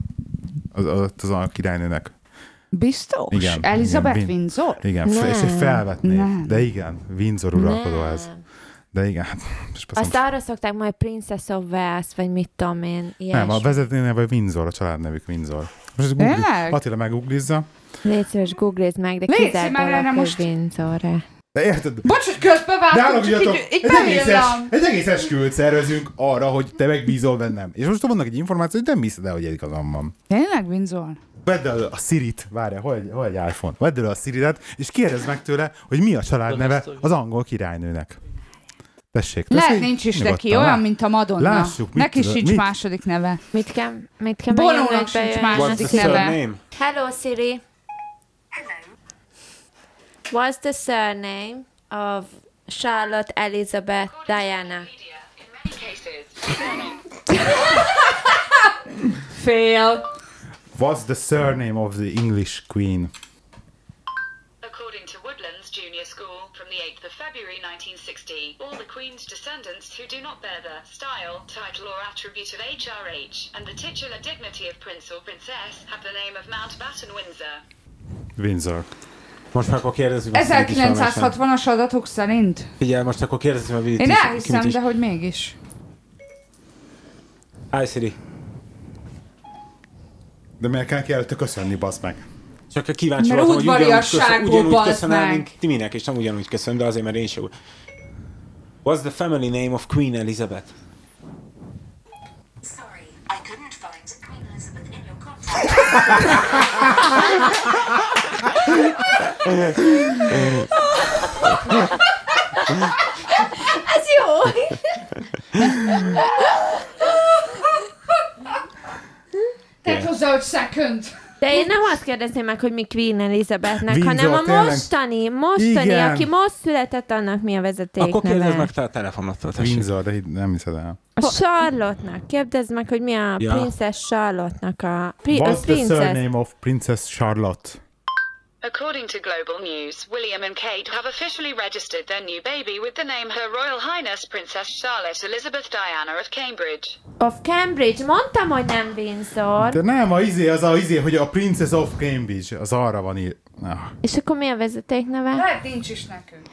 Az a királynőnek. Biztos? Igen, Elizabeth igen, Windsor? Igen, és egy felvetnév. De igen, Windsor uralkodó ez. De igen. Azt arra szokták majd Princess of Wales, vagy mit tudom én. Nem, a vezető neve Windsor, a családnevük Windsor. Most Attila meggooglizza. Légy szíves, googlizd meg, de kizárt dolog, hogy Windsorra. De érted? Bocs, hogy közbevágtam, csak így bevillám. Egy egész esküvőt szervezünk arra, hogy te megbízol bennem. És most vannak egy információ, hogy nem hiszed el, hogy igazam van. Tényleg, Windsor? Vedd elő a Sirit, várjál, hol egy iPhone? Vedd elő a Siridet, és kérdezd meg tőle, hogy mi a családneve az angol királynőnek. Tessék. Lehet nincs is neki, olyan, mint a Madonna. Lássuk, neki sincs második neve. Mit kell Bonónak sincs második neve. Hello, Siri. What's the surname of Charlotte Elizabeth Diana? Fail. What's the surname of the English queen? According to Woodlands Junior School, from the 8th of February 1960, all the Queen's descendants who do not bear the style, title or attribute of HRH and the titular dignity of Prince or Princess have the name of Mountbatten Windsor. Windsor. Most már akkor kérdezzük. 1960-as adatok szerint? Figyelj, most akkor kérdezzük a videót. Én elhiszem, de hogy mégis. Hi, Siri. De miért kell ki előtte köszönni, basz meg? Csak kíváncsi voltam, hogy ugyanúgy köszönelnénk Timinek, és nem ugyanúgy köszönöm, de azért, mert én sem úgy. What's the family name of Queen Elizabeth? Sorry, I couldn't find Queen Elizabeth in your contact. Ez jó! Tedd hozzá, hogy second. De én nem azt kérdezném meg, hogy mi Queen Elizabethnek, Windsor, hanem a tényleg? mostani, aki most született, annak mi a vezeték akkor neve. kérdezd meg te a telefonottól. Windsor, de nem hiszed el. A Charlotte-nak. Kérdezd meg, hogy mi a Princess Charlotte-nak a... What's the surname of Princess Charlotte? According to Global News, William and Kate have officially registered their new baby with the name Her Royal Highness Princess Charlotte Elizabeth Diana of Cambridge. Of Cambridge? Mondtam, hogy nem Windsor. De nem, hogy a Princess of Cambridge, az arra van ír. Ah. És akkor mi a vezeték neve? Lehet nincs is nekünk.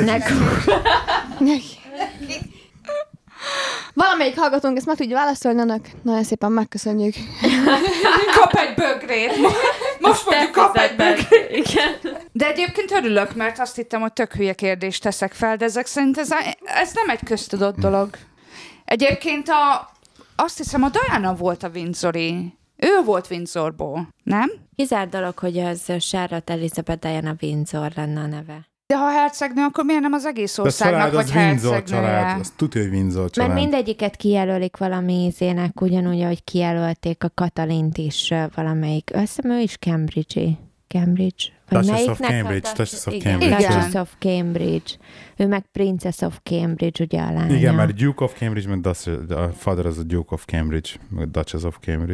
Valamelyik hallgatónk ezt meg tudja válaszolni önök. Nagyon szépen megköszönjük. Kap egy bögrét. Most mondjuk kap egy bögrét. Igen. De egyébként örülök, mert azt hittem, hogy tök hülye kérdést teszek fel, de ezek szerint ez nem egy köztudott dolog. Egyébként azt hiszem, a Diana volt a Windsori. Ő volt Windsorból, nem? Kizárt dolog, hogy az Charlotte Elizabeth Diana Windsor lenne a neve. De ha hercegnő, akkor miért nem az egész országnak vagy hercegnője? Az tudja, hogy Windsor család. Mert mindegyiket kijelölik valami ízének, ugyanúgy, ahogy kijelölték a Katalint is valamelyik. Azt hiszem, ő is Cambridge-i. Cambridge? Vagy Duchess of Cambridge. Duchess of Cambridge. Ő meg Princess of Cambridge, ugye a lánya. Igen, mert Duke of Cambridge, mert a father az a Duke of Cambridge, meg Duchess of Cambridge.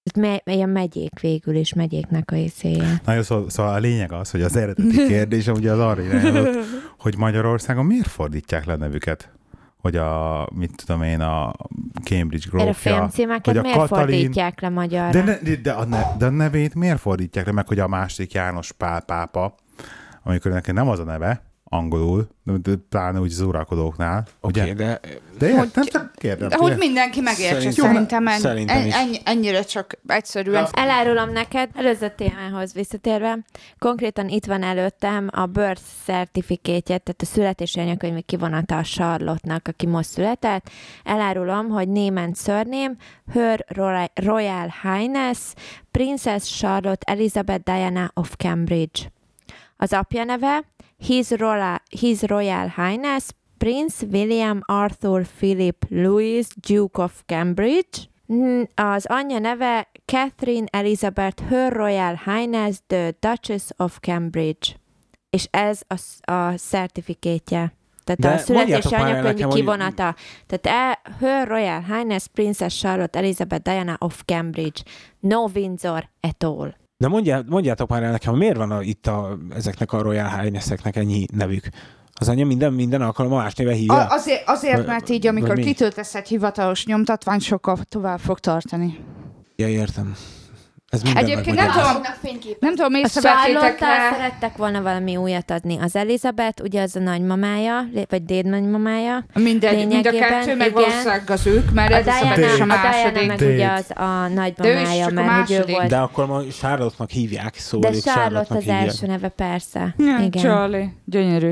Ilyen megyék végül is, megyéknek a részéje. Na jó, szóval a lényeg az, hogy az eredeti kérdés ugye az arra irányulott, hogy Magyarországon miért fordítják le nevüket? Hogy a Cambridge grófja, erre filmcímeket miért Katalin, fordítják le magyarra? De a nevét miért fordítják le, meg hogy a második János Pál pápa, amikor neki nem az a neve, angolul, de pláne úgy az uralkodóknál. Oké, de értem, csak kérdem. De hogy mindenki megértse, szerintem ennyire csak egyszerűen. Elárulom neked, előző témához visszatérve, konkrétan itt van előttem a birth certificate-je, tehát a születési anyakönyvi kivonata a Charlotte-nak, aki most született. Elárulom, hogy name and surname, Her Royal Highness, Princess Charlotte Elizabeth Diana of Cambridge. Az apja neve, His Royal Highness Prince William Arthur Philip Louis Duke of Cambridge. Az anyja neve Catherine Elizabeth Her Royal Highness the Duchess of Cambridge. És ez a certificate-je. Tehát a születési anyakönyvi kivonata. Tehát Her Royal Highness Princess Charlotte Elizabeth Diana of Cambridge. No Windsor at all. De mondjátok már el nekem, miért van ezeknek a Royal Highness-eknek ennyi nevük? Az anyja minden alkalommal más néve hívja? Azért, mert így, amikor kitöltesz egy hivatalos nyomtatvány, sokkal tovább fog tartani. Ja, értem. Egyébként nem tudom, észrevettétek rá. Szerettek volna valami újat adni. Az Elizabeth, ugye az a nagymamája, vagy dédnagymamája. Mind a kettő, meg valószínűleg az ők, mert Elizabeth is a második. A Diana meg ugye az a nagymamája, mert hogy ő volt. De akkor ma Charlotte-nak hívják, szóval de Charlotte az első neve, persze. Igen. Charlie, gyönyörű.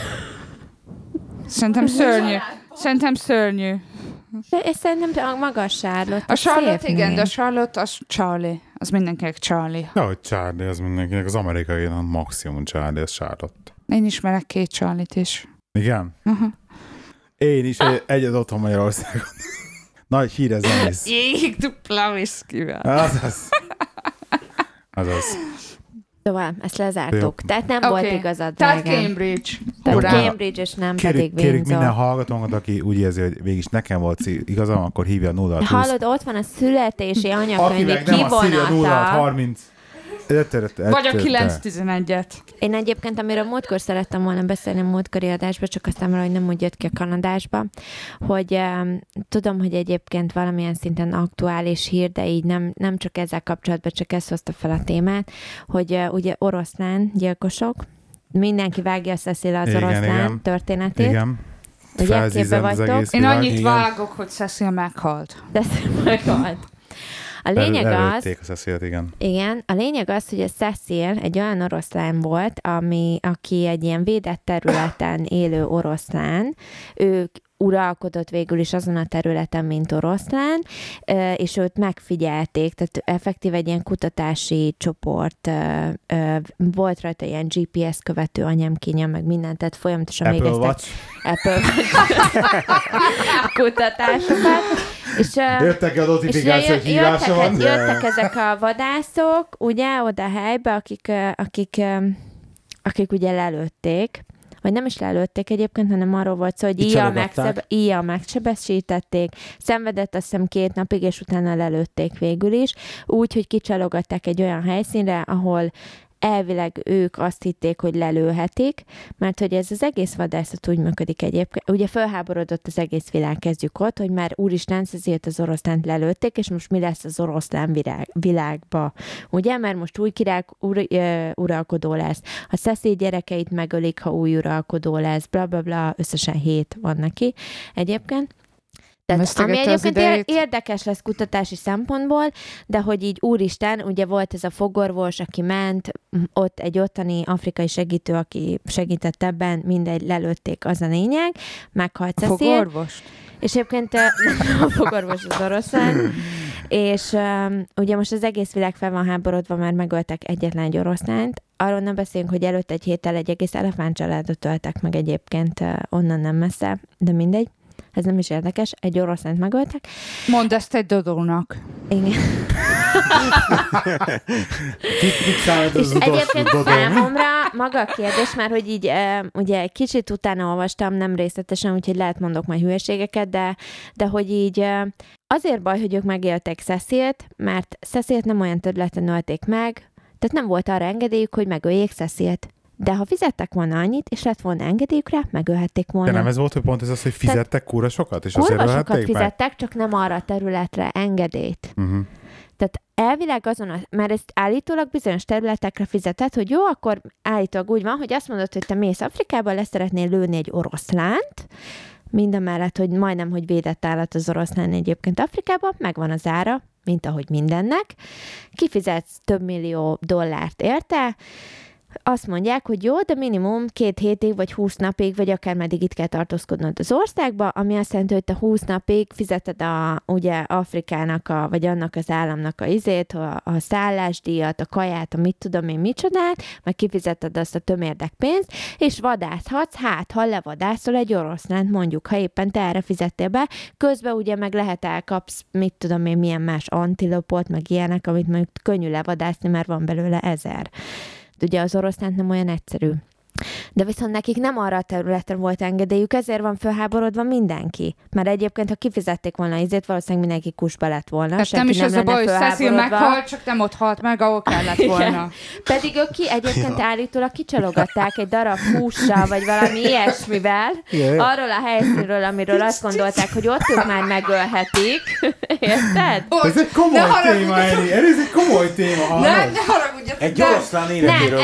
Szerintem szörnyű. És szerintem maga a Charlotte. A Charlotte, igen, de a Charlotte az Charlie. Az mindenkinek Charlie. Ja, hogy Charlie, az mindenkinek. Az amerikai a maximum Charlie, az Charlotte. Én ismerek 2 Charlie-t is. Igen? Én is egyet otthon Magyarországon. Nagy hír ez nehéz. Jég, dupla whiskyvel. Azaz. Szóval, ezt lezártuk. Tehát nem volt igazad, tehát Cambridge. Tehát Cambridge, és nem pedig Windsor. Kérjük minden hallgatónkat, aki úgy érzi, hogy végig nekem volt igazam, akkor hívja a 0-20. Hallod, ott van a születési anyakönyvi kivonata. Vagy a 9-11-et. Én egyébként, amiről múltkor szerettem volna beszélni a múltkori adásba, csak aztán valahogy nem úgy jött ki a kanadásba, hogy tudom, hogy egyébként valamilyen szinten aktuális hír, de így nem csak ezzel kapcsolatban, csak ezt hozta fel a témát, hogy ugye oroszlán gyilkosok, mindenki vágja a Cecil az oroszlán történetét. Igen. Ugye képbe vagytok. Én annyit vágok, hogy Cecil meghalt. Cecil meghalt. A lényeg az, a Cecilt, igen. Igen, a lényeg az, hogy a Cecil egy olyan oroszlán volt, aki egy ilyen védett területen élő oroszlán, ők uralkodott végül is azon a területen, mint oroszlán, és őt megfigyelték, tehát effektív egy ilyen kutatási csoport, volt rajta ilyen GPS követő anyámkínja, meg mindent, tehát folyamatosan végeztek Apple kutatásokat. Jöttek a notifikáció, hogy hívása van? Jöttek ezek a vadászok, ugye, oda helybe, akik ugye lelőtték, vagy nem is lelőtték egyébként, hanem arról volt szó, hogy íjjal megsebesítették, szenvedett azt hiszem 2 napig, és utána lelőtték végül is, úgy, hogy kicsalogatták egy olyan helyszínre, ahol elvileg ők azt hitték, hogy lelőhetik, mert hogy ez az egész vadászat úgy működik egyébként. Ugye felháborodott az egész világ, kezdjük ott, hogy már úristen, ezért az oroszlánt lelőtték, és most mi lesz az oroszlán világba. Ugye, mert most új király uralkodó lesz. A Cecil gyerekeit megölik, ha új uralkodó lesz, bla bla bla, összesen 7 van neki egyébként. Tehát, ami egyébként érdekes lesz kutatási szempontból, de hogy így úristen, ugye volt ez a fogorvos, aki ment, ott egy ottani afrikai segítő, aki segített ebben, mindegy, lelőtték, az a lényeg, meghalt Cecil. Fogorvos? És egyébként a fogorvos az oroszlán, és ugye most az egész világ fel van háborodva, mert megöltek egyetlen egy oroszlánt. Arról nem beszélünk, hogy előtt egy héttel egy egész elefántcsaládot öltek meg egyébként onnan nem messze, de mindegy. Ez nem is érdekes, egy oroszlánt megöltek. Mondd ezt egy dodónak. Igen. Kit számít az és egyébként maga a kérdés már, hogy így ugye egy kicsit utána olvastam, nem részletesen, úgyhogy lehet mondok majd hülyeségeket, de hogy így azért baj, hogy ők megéltek Cecilt, mert Cecilt nem olyan területen ölték meg, tehát nem volt arra engedélyük, hogy megöljék Cecilt. De ha fizettek volna annyit, és lett volna engedélyük rá, megölhették volna. De nem ez volt, hogy pont ez az, hogy fizettek kurva sokat, és azért kurva sokat fizettek, meg? Csak nem arra a területre engedélyt. Tehát elvileg mert ezt állítólag bizonyos területekre fizetett, hogy jó, akkor állítólag úgy van, hogy azt mondod, hogy te mész Afrikába, le szeretnél lőni egy oroszlánt, mindamellett, hogy majdnem, hogy védett állat az oroszlán egyébként Afrikában, megvan az ára, mint ahogy mindennek. Kifizetsz több millió dollárt érte, azt mondják, hogy jó, de minimum 2 hétig, vagy 20 napig, vagy akár meddig itt kell tartózkodnod az országba, ami azt jelenti, hogy te 20 napig fizeted ugye Afrikának, vagy annak az államnak a szállásdíjat, a kaját, a mit tudom én micsodát, meg kifizeted azt a tömérdek pénzt, és vadászhatsz, ha levadászol egy oroszlánt, mondjuk, ha éppen te erre fizettél be, közben ugye meg lehet elkapsz, mit tudom én, milyen más antilopot, meg ilyenek, amit mondjuk könnyű levadászni, mert van belőle 1000. Ugye az oroszlánt nem olyan egyszerű. De viszont nekik nem arra a területre volt engedélyük, ezért van fölháborodva mindenki. Mert egyébként, ha kifizették volna izét, valószínűleg mindenki kusba lett volna. Hát nem is az a baj, hogy Cecil meghalt, csak nem ott halt meg, ahol kellett volna. Pedig ők egyébként állítólag kicsalogatták egy darab hússal, vagy valami ilyesmivel, arról a helyszínről, amiről azt gondolták, hogy ott ők már megölhetik. Érted? Ez egy komoly téma, Eri. Ez egy komoly téma. Ne haragudjatok. Egy oroszlán életéről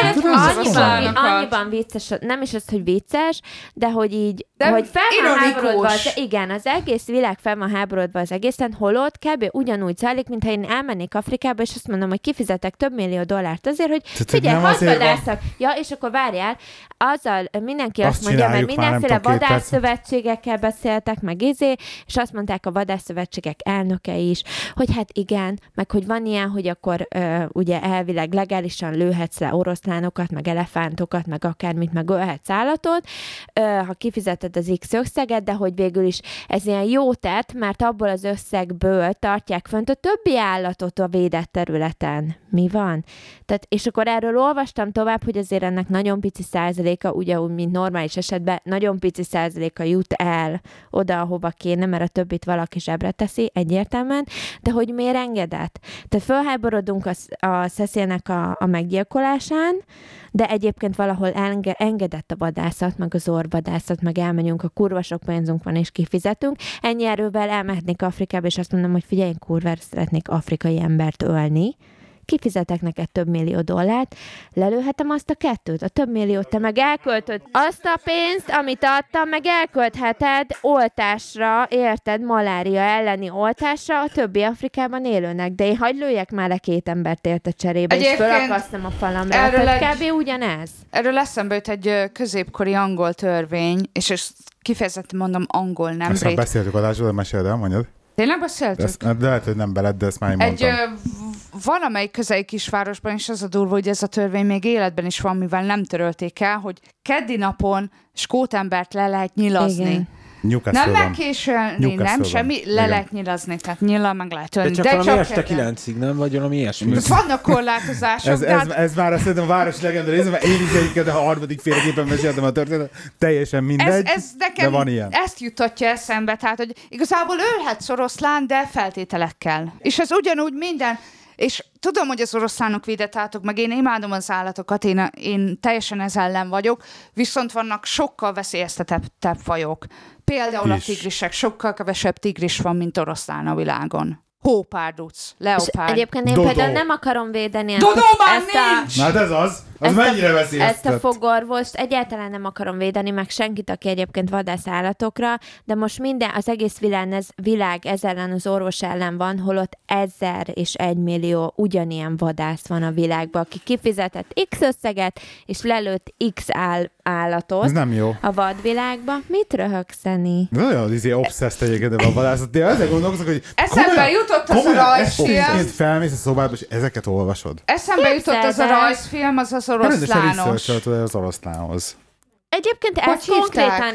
van szó. Annyiban vicces, nem is az, hogy vicces, de hogy így, hogy fel van háborodva, az egész világ fel van háborodva az egészen, holott kb. Ugyanúgy zajlik, mintha én elmennék Afrikába, és azt mondom, hogy kifizetek több millió dollárt azért, hogy figyelj, hadvadászok. Ja, és akkor várjál, azzal mindenki azt mondja, mert mindenféle vadászszövetségekkel beszéltek, meg és azt mondták a vadászszövetségek elnöke is, hogy hát igen, meg hogy van ilyen, hogy akkor ugye elvileg legálisan lőhetsz le oroszlánokat, meg elefántokat, meg akármit, meg ölhetsz állatot, ha kifizeted az X összeget, de hogy végül is ez ilyen jó tett, mert abból az összegből tartják fönt a többi állatot a védett területen. Mi van? Tehát, és akkor erről olvastam tovább, hogy azért ennek nagyon pici százaléka, ugye úgy, mint normális esetben, nagyon pici százaléka jut el oda, ahova kéne, mert a többit valaki zsebre teszi, egyértelműen, de hogy miért engedett? Tehát fölháborodunk a Cecilnek a meggyilkolásán, de egyébként valahol engedett a vadászat, meg az orvadászat, meg elmegyünk, a kurva sok pénzünk van, és kifizetünk. Ennyi erővel elmehetnék Afrikába, és azt mondom, hogy figyelj, én kurva szeretnék afrikai embert ölni. Kifizetek neked több millió dollárt, lelőhetem azt a 2, a több milliót, te meg elköltöd azt a pénzt, amit adtam, meg elköltheted oltásra, érted, malária elleni oltásra a többi Afrikában élőnek, de én hadd lőjek már le 2 embert érte cserébe, és fölakasztom a falamra. Tehát kb. Ugyanez. Erről eszembe jut egy középkori angol törvény, és ezt kifejezetten mondom angol, nem brit. Ezt beszéltük adásról, de meséld el, mondjad. Tényleg beszéltük? De lehet, hogy nem beled, de ezt már én mondtam. Valamelyik közeli kisvárosban is az a durva, hogy ez a törvény még életben is van, mivel nem törölték el, hogy keddi napon skótembert le lehet nyilazni. Igen. Nem megkéselni, nem semmi, le lehet nyilazni, tehát nyilla meg lehet ölni. De csak valami este 9-ig, nem? Vagy valami ilyesmi. Vannak korlátozások. Ez már azt szerintem a városi legenda része, mert én is egyiket a harmadik féleképpen meséltem a történetet, teljesen mindegy, de van ilyen. Ezt jutatja eszembe, tehát, hogy igazából ölhetsz oroszlán, de feltételekkel. És ez ugyanúgy minden. És tudom, hogy az oroszlánok védett állatok, meg én imádom az állatokat, én teljesen ez ellen vagyok, viszont vannak sokkal veszélyeztetettebb fajok. Például a tigrisek, sokkal kevesebb tigris van, mint oroszlán a világon. Hópárduc, leopárd. Egyébként én például nem akarom védeni ezt Na hát ez az mennyire veszélyeztet? Ezt a fogorvost egyáltalán nem akarom védeni, meg senkit, aki egyébként vadász állatokra, de most az egész világ ez ellen az orvos ellen van, holott 1000 és 1 millió ugyanilyen vadász van a világban, aki kifizetett X összeget, és lelőtt X állatot. Ez nem jó. A vadvilágba. Mit röhögszeni? Ez olyan obszeszt egyébként a vadászat. De ezzel gondolkozok, hogy eszembe jutott az a rajzfilm. Felmész a szobádba, és ezeket olvasod. Eszembe jutott az a rajzfilm, az oroszlános. Az oroszlánhoz. Egyébként ezt konkrétan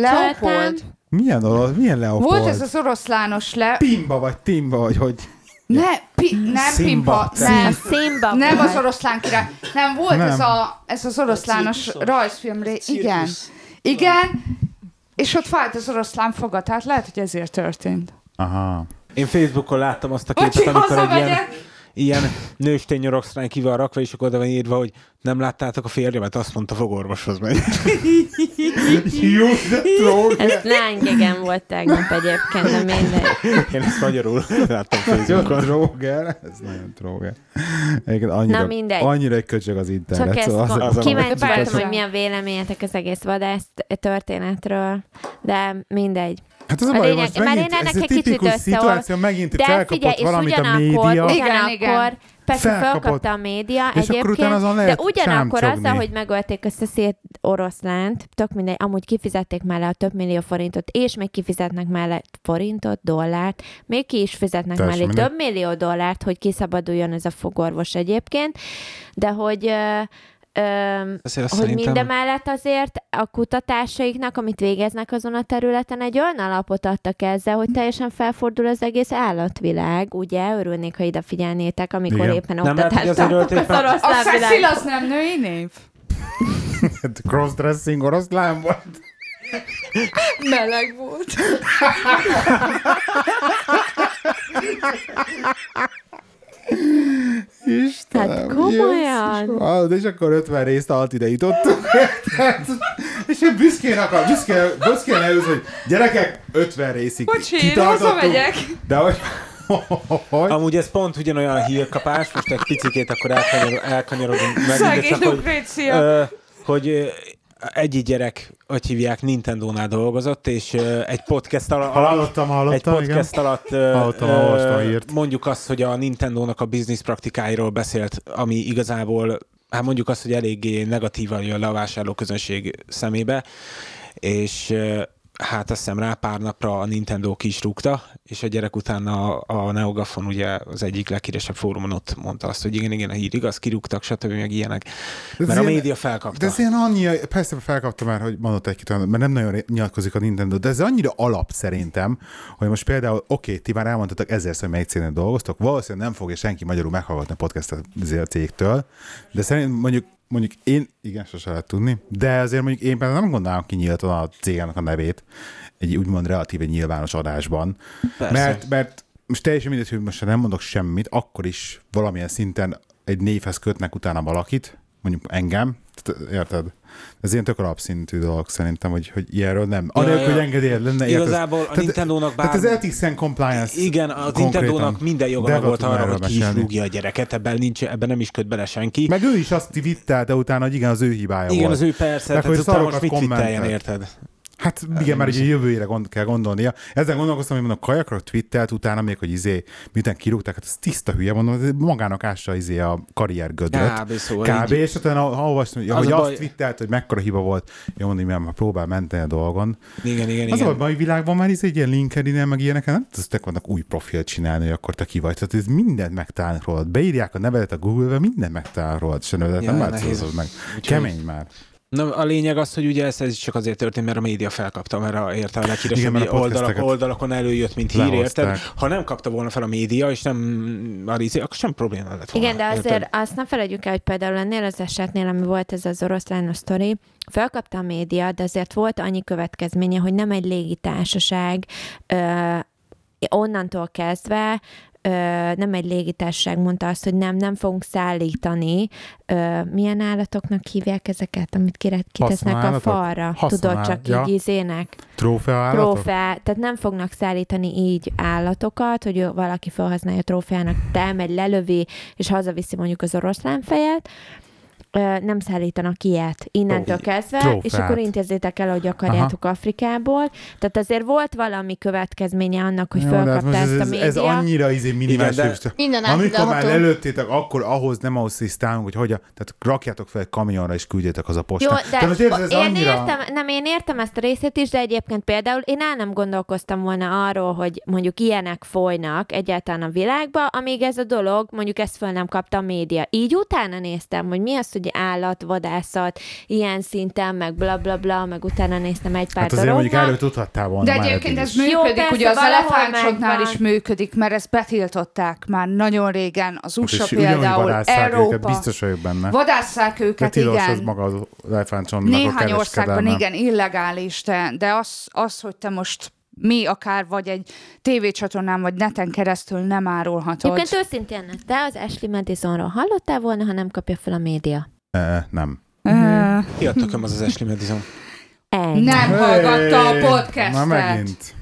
researcholtam. Milyen Leopold? Volt ez az oroszlános Pimba vagy Timba, vagy hogy... Nem Pimpa. Nem az oroszlán király. Nem, volt ez az oroszlános rajzfilm. Igen, és ott fájt az oroszlán foga, tehát lehet, hogy ezért történt. Aha. Én Facebookon láttam azt a képet, amikor egy ilyen nőstény oroszlán ki van rakva, és akkor oda van írva, hogy nem láttátok a férjemet, azt mondta, fogorvoshoz megy. Jó, de tróger. Ez lángegen volt tegnap egyébként, de mindegy. Én ezt magyarul láttam Facebookon. Tróger, ez nagyon tróger. Annyira egy köcsög az internet. Csak ezt kíváncsi, hogy mi a véleményetek az egész vadász történetről, de mindegy. Hát az a baj, most megint, ez egy tipikus szituáció, megint felkapott valamit a média. Igen. Persze felkapta a média és egyébként, de ugyanakkor azzal, hogy megölték ezt a szét oroszlánt, tök mindegy, amúgy kifizették mellé a több millió forintot, és még kifizetnek mellé forintot, dollárt, még ki is fizetnek mellé több millió dollárt, hogy kiszabaduljon ez a fogorvos egyébként, de hogy mindemellett azért a kutatásaiknak, amit végeznek azon a területen, egy olyan alapot adtak ezzel, hogy teljesen felfordul az egész állatvilág. Ugye, örülnék, ha ide figyelnétek, amikor éppen oktatást tartok az oroszlán világ. A szexil az nem női név? Crossdressing oroszlán volt. Meleg volt. Istenem, hát komolyan. És akkor 50 részt alatt ide jutottunk. És én büszkén először, hogy gyerekek, 50 részig kitartottunk. De hogy... Amúgy ez pont ugyanolyan hírkapás, most egy picikét akkor elkanyarodunk meg. Szegény Lukrécia. Hogy egy gyerek, hogy hívják, Nintendo-nál dolgozott, és egy podcast alatt mondjuk azt, hogy a Nintendo-nak a business praktikáiról beszélt, ami igazából, hát mondjuk azt, hogy eléggé negatívan jön le a vásárlóközönség szemébe, és hát azt hiszem rá pár napra a Nintendo ki is rúgta, és a gyerek utána a NeoGAF-on ugye az egyik leghíresebb fórumon ott mondta azt, hogy igen, a hír igaz, kirúgtak, stb. Meg ilyenek. Mert a média felkapta. De ez ilyen annyira, persze felkapta már, hogy mondott egy-két, mert nem nagyon nyilatkozik a Nintendo, de ez annyira alap szerintem, hogy most például, ti már elmondtatok ezerszer, hogy melyik cégnél dolgoztok, valószínűleg nem fogja senki magyarul meghallgatni a podcastot a cégtől, de szerintem mondjuk én, igen, sose lehet tudni, de azért mondjuk én például nem gondolom ki nyíltan a cégnek a nevét egy úgymond relatíve nyilvános adásban, mert most teljesen mindegy, hogy most nem mondok semmit, akkor is valamilyen szinten egy névhez kötnek utána valakit, mondjuk engem, érted? Ez ilyen tök alapszintű dolog szerintem, hogy ilyenről nem. Anélkül, hogy engedélyed lenne. Igazából a Nintendo-nak bár... Tehát az Ethics and Compliance. Igen, a Nintendo-nak minden joga volt arra, hogy ki is rúgja a gyereket, ebben nem is köt bele senki. Meg ő is azt twittelte utána, hogy igen, az ő hibája volt. Igen, az ő persze, tehát utána most mit twitteljen, érted? Hát igen, már ugye jövőjére kell gondolnia. Ezzel gondolkoztam, hogy mondom, kajakra twittelt utána még, hogy miután kirúgták, hát ez tiszta hülye, mondom, magának ássa a karriergödröt. Kb. És utána ha olvastam, hogy azt twittelt, hogy mekkora hiba volt, jó mondom, hogy már próbál menteni a dolgon. Igen. Az a mai világban már egy ilyen LinkedIn-en, meg ilyeneken, nem tudsz vannak új profilt csinálni, hogy akkor te ki vagy. Tehát ez mindent megtalálnak rólad. Beírják a nevedet a Google-be, mindent megtalálnak rólad. Se nevedet nem változod meg. Kemény már. Na, a lényeg az, hogy ugye ez csak azért történt, mert a média felkapta, mert a leghíresebb oldalakon előjött, mint hír, érted? Ha nem kapta volna fel a média, és nem akkor sem probléma lett volna. Igen, de azért érted? Azt nem felejtjük el, hogy például ennél az esetnél, ami volt ez az oroszlános sztori, felkapta a média, de azért volt annyi következménye, hogy nem egy légitársaság onnantól kezdve nem egy légitársaság mondta azt, hogy nem fogunk szállítani. Milyen állatoknak hívják ezeket, amit kitesznek a falra? Tudod, csak így izének. Trófeállatok? Tehát nem fognak szállítani így állatokat, hogy valaki felhasználja trófeának, de elmegy, lelövi, és hazaviszi mondjuk az oroszlánfejet. Nem szállítanak ilyet innentől kezdve, trófát. És akkor intézzétek el, hogy akarjátok Afrikából. Tehát azért volt valami következménye annak, hogy felkapta ezt a média. Ez annyira minimális. Amikor már lelőttétek, akkor ahhoz nem asszisztálunk, hogy tehát rakjátok fel egy kamionra, és küldjétek az a postán. Jó, de én értem ezt a részét is, de egyébként például én nem gondolkoztam volna arról, hogy mondjuk ilyenek folynak egyáltalán a világban, amíg ez a dolog, mondjuk ezt föl nem kapta a média. Így utána néztem, hogy mi az, hogy hogy állatvadászat, ilyen szinten, meg blablabla, meg utána néztem egy pár hát azért mondjuk erről tudhattál volna. De egyébként ez működik, ugye az elefántsoknál is működik, mert ezt betiltották már nagyon régen, az USA például, Európa. Biztos vagyok benne. Vadásszák őket, igen. Az maga az elefántcsonnak néhány országban igen, illegális, de az, hogy te most akár vagy egy tévécsatornán, vagy neten keresztül nem árulhatod. Egyébként őszintén, te az Ashley Madisonról hallottál volna, ha nem kapja fel a média? Nem. Ki a tököm az Ashley Madison? Nem hallgatta a podcastet. Na megint.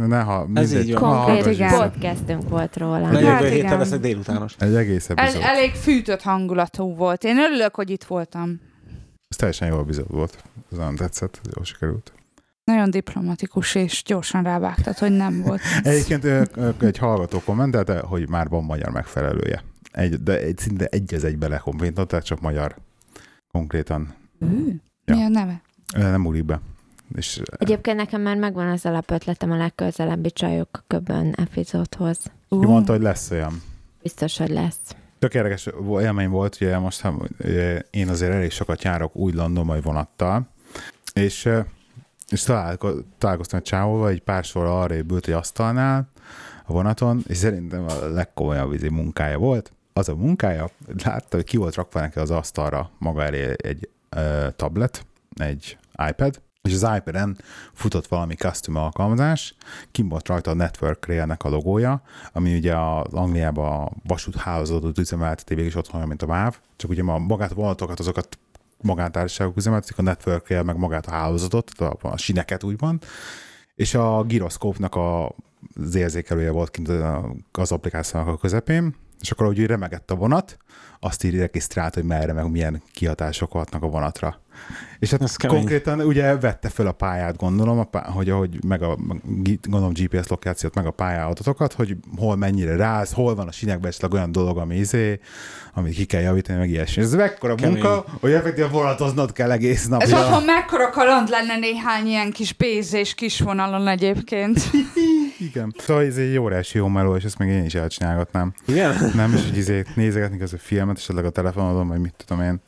Ez így van. Konkrét podcastünk volt róla. Jövő héten leszek délutános. Egy egész epizód. Elég fűtött hangulatú volt. Én örülök, hogy itt voltam. Ez teljesen jó epizód volt. Ez nagyon tetszett, jól sikerült. Nagyon diplomatikus, és gyorsan rávágtad, hogy nem volt. Egyébként egy hallgató kommentelte, hogy már van magyar megfelelője. De szinte egy az egybe lekommentolták, csak magyar konkrétan. Ja. Mi a neve? Nem úrik be. És, egyébként nekem már megvan az alapötletem a legközelebbi Csajok Köbön epizódhoz. Ki mondta, hogy lesz olyan? Biztos, hogy lesz. Tök érdekes élmény volt, ugye most én azért elég sokat járok úgy Londonba vonattal, és találkoztam egy csávóval, egy pár sorra arrébb ült egy asztalnál a vonaton, és szerintem a legkomolyabb munkája volt. Az a munkája, látta, hogy ki volt rakva neki az asztalra maga elé egy tablet, egy iPad, és az iPad-en futott valami custom alkalmazás, kim volt rajta a Network Rail-nek a logója, ami ugye az Angliában a vasúthálózatot üzemelteti végig is otthon, mint a MÁV, csak ugye magát a vonatokat, azokat magántársaságok üzemeltetik, a Network Rail meg magát a hálózatot, a sineket úgymond, és a gyroszkópnak az érzékelője volt kint az applikációnak a közepén, és akkor, ahogy remegett a vonat, azt így regisztrált, hogy merre, meg milyen kihatások vannak a vonatra. És hát konkrétan ugye vette föl a pályát, gondolom, hogy meg gondolom GPS lokációt, meg a pályadatokat, hogy hol mennyire rász, hol van a sinekben esetleg olyan dolog, amit ki kell javítani, meg ilyesmi. Ez mekkora munka, hogy effektíven vonatoznod kell egész nap. Ez otthon mekkora kaland lenne néhány ilyen kis bézés kis vonalon egyébként. Igen. Szóval ez egy óriási jó meló, és ezt meg én is elcsinálgatnám. Igen? Nem is, hogy nézegetni az a filmet, esetleg a telefonodon, vagy mit tudom én.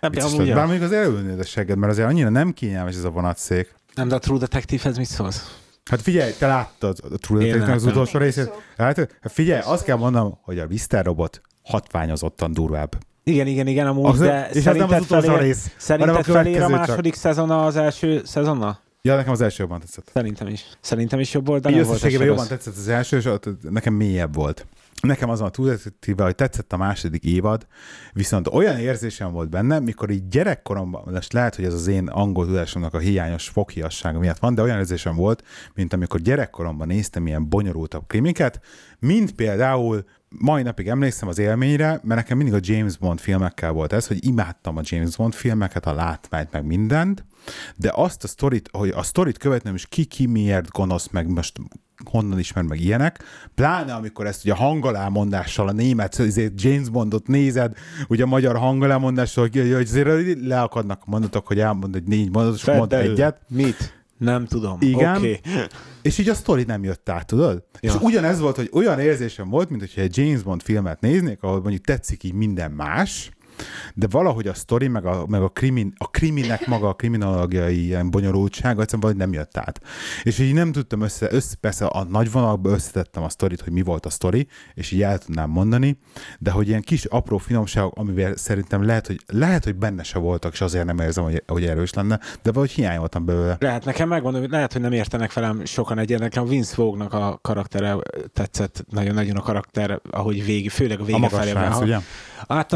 Bár mondjuk az elülnéd a segged, mert azért annyira nem kényelmes ez a vonatszék. Nem, de a True Detective-hez mit szólsz? Hát figyelj, te láttad a True Detective az utolsó részét? Hát figyelj, azt kell mondanom, hogy a Mr. Robot hatványozottan durvább. Igen, amúgy, de és ez nem az utolsó rész. Szerinted felér a második szezona az első szezonnal? Ja, nekem az első jobban tetszett. Szerintem is jobb volt, de nem volt összességében jobban tetszett az első, és nekem mélyebb volt. Nekem az a True, hogy tetszett a második évad, viszont olyan érzésem volt benne, mikor így gyerekkoromban, most lehet, hogy ez az én angol tudásomnak a hiányos foghiassága miatt van, de olyan érzésem volt, mint amikor gyerekkoromban néztem ilyen bonyolultabb krimiket, mint például mai napig emlékszem az élményre, mert nekem mindig a James Bond filmekkel volt ez, hogy imádtam a James Bond filmeket, a látványt, meg mindent, de azt a sztorit, hogy a sztorit követném is ki miért gonosz, meg most honnan ismer meg ilyenek, pláne amikor ezt ugye a hangalámondással a német James Bondot nézed, ugye a magyar hangalámondással, hogy azért leakadnak a mondatok, hogy elmond egy 4 mondatot, és mond egyet. Mit? Nem tudom. Igen. Okay. És így a sztori nem jött át, tudod? Ja. És ugyanez volt, hogy olyan érzésem volt, mint hogyha egy James Bond filmet néznék, ahol mondjuk tetszik így minden más, de valahogy a sztori, meg a kriminek maga a kriminológiai ilyen bonyolultsága egyszerűen valahogy nem jött át. És így nem tudtam persze a nagy vonalakba összetettem a sztorit, hogy mi volt a sztori, és így el tudnám mondani, de hogy ilyen kis apró finomságok, amivel szerintem lehet, hogy benne se voltak, és azért nem érzem, hogy erős lenne, de valahogy hiányoltam belőle. Lehet, nekem megmondom, hogy lehet, hogy nem értenek velem sokan egyet, nekem a Vince Vaughn-nak a karaktere tetszett, nagyon-nagyon a karakter, ahogy főleg a vége felé. Ugye? Hát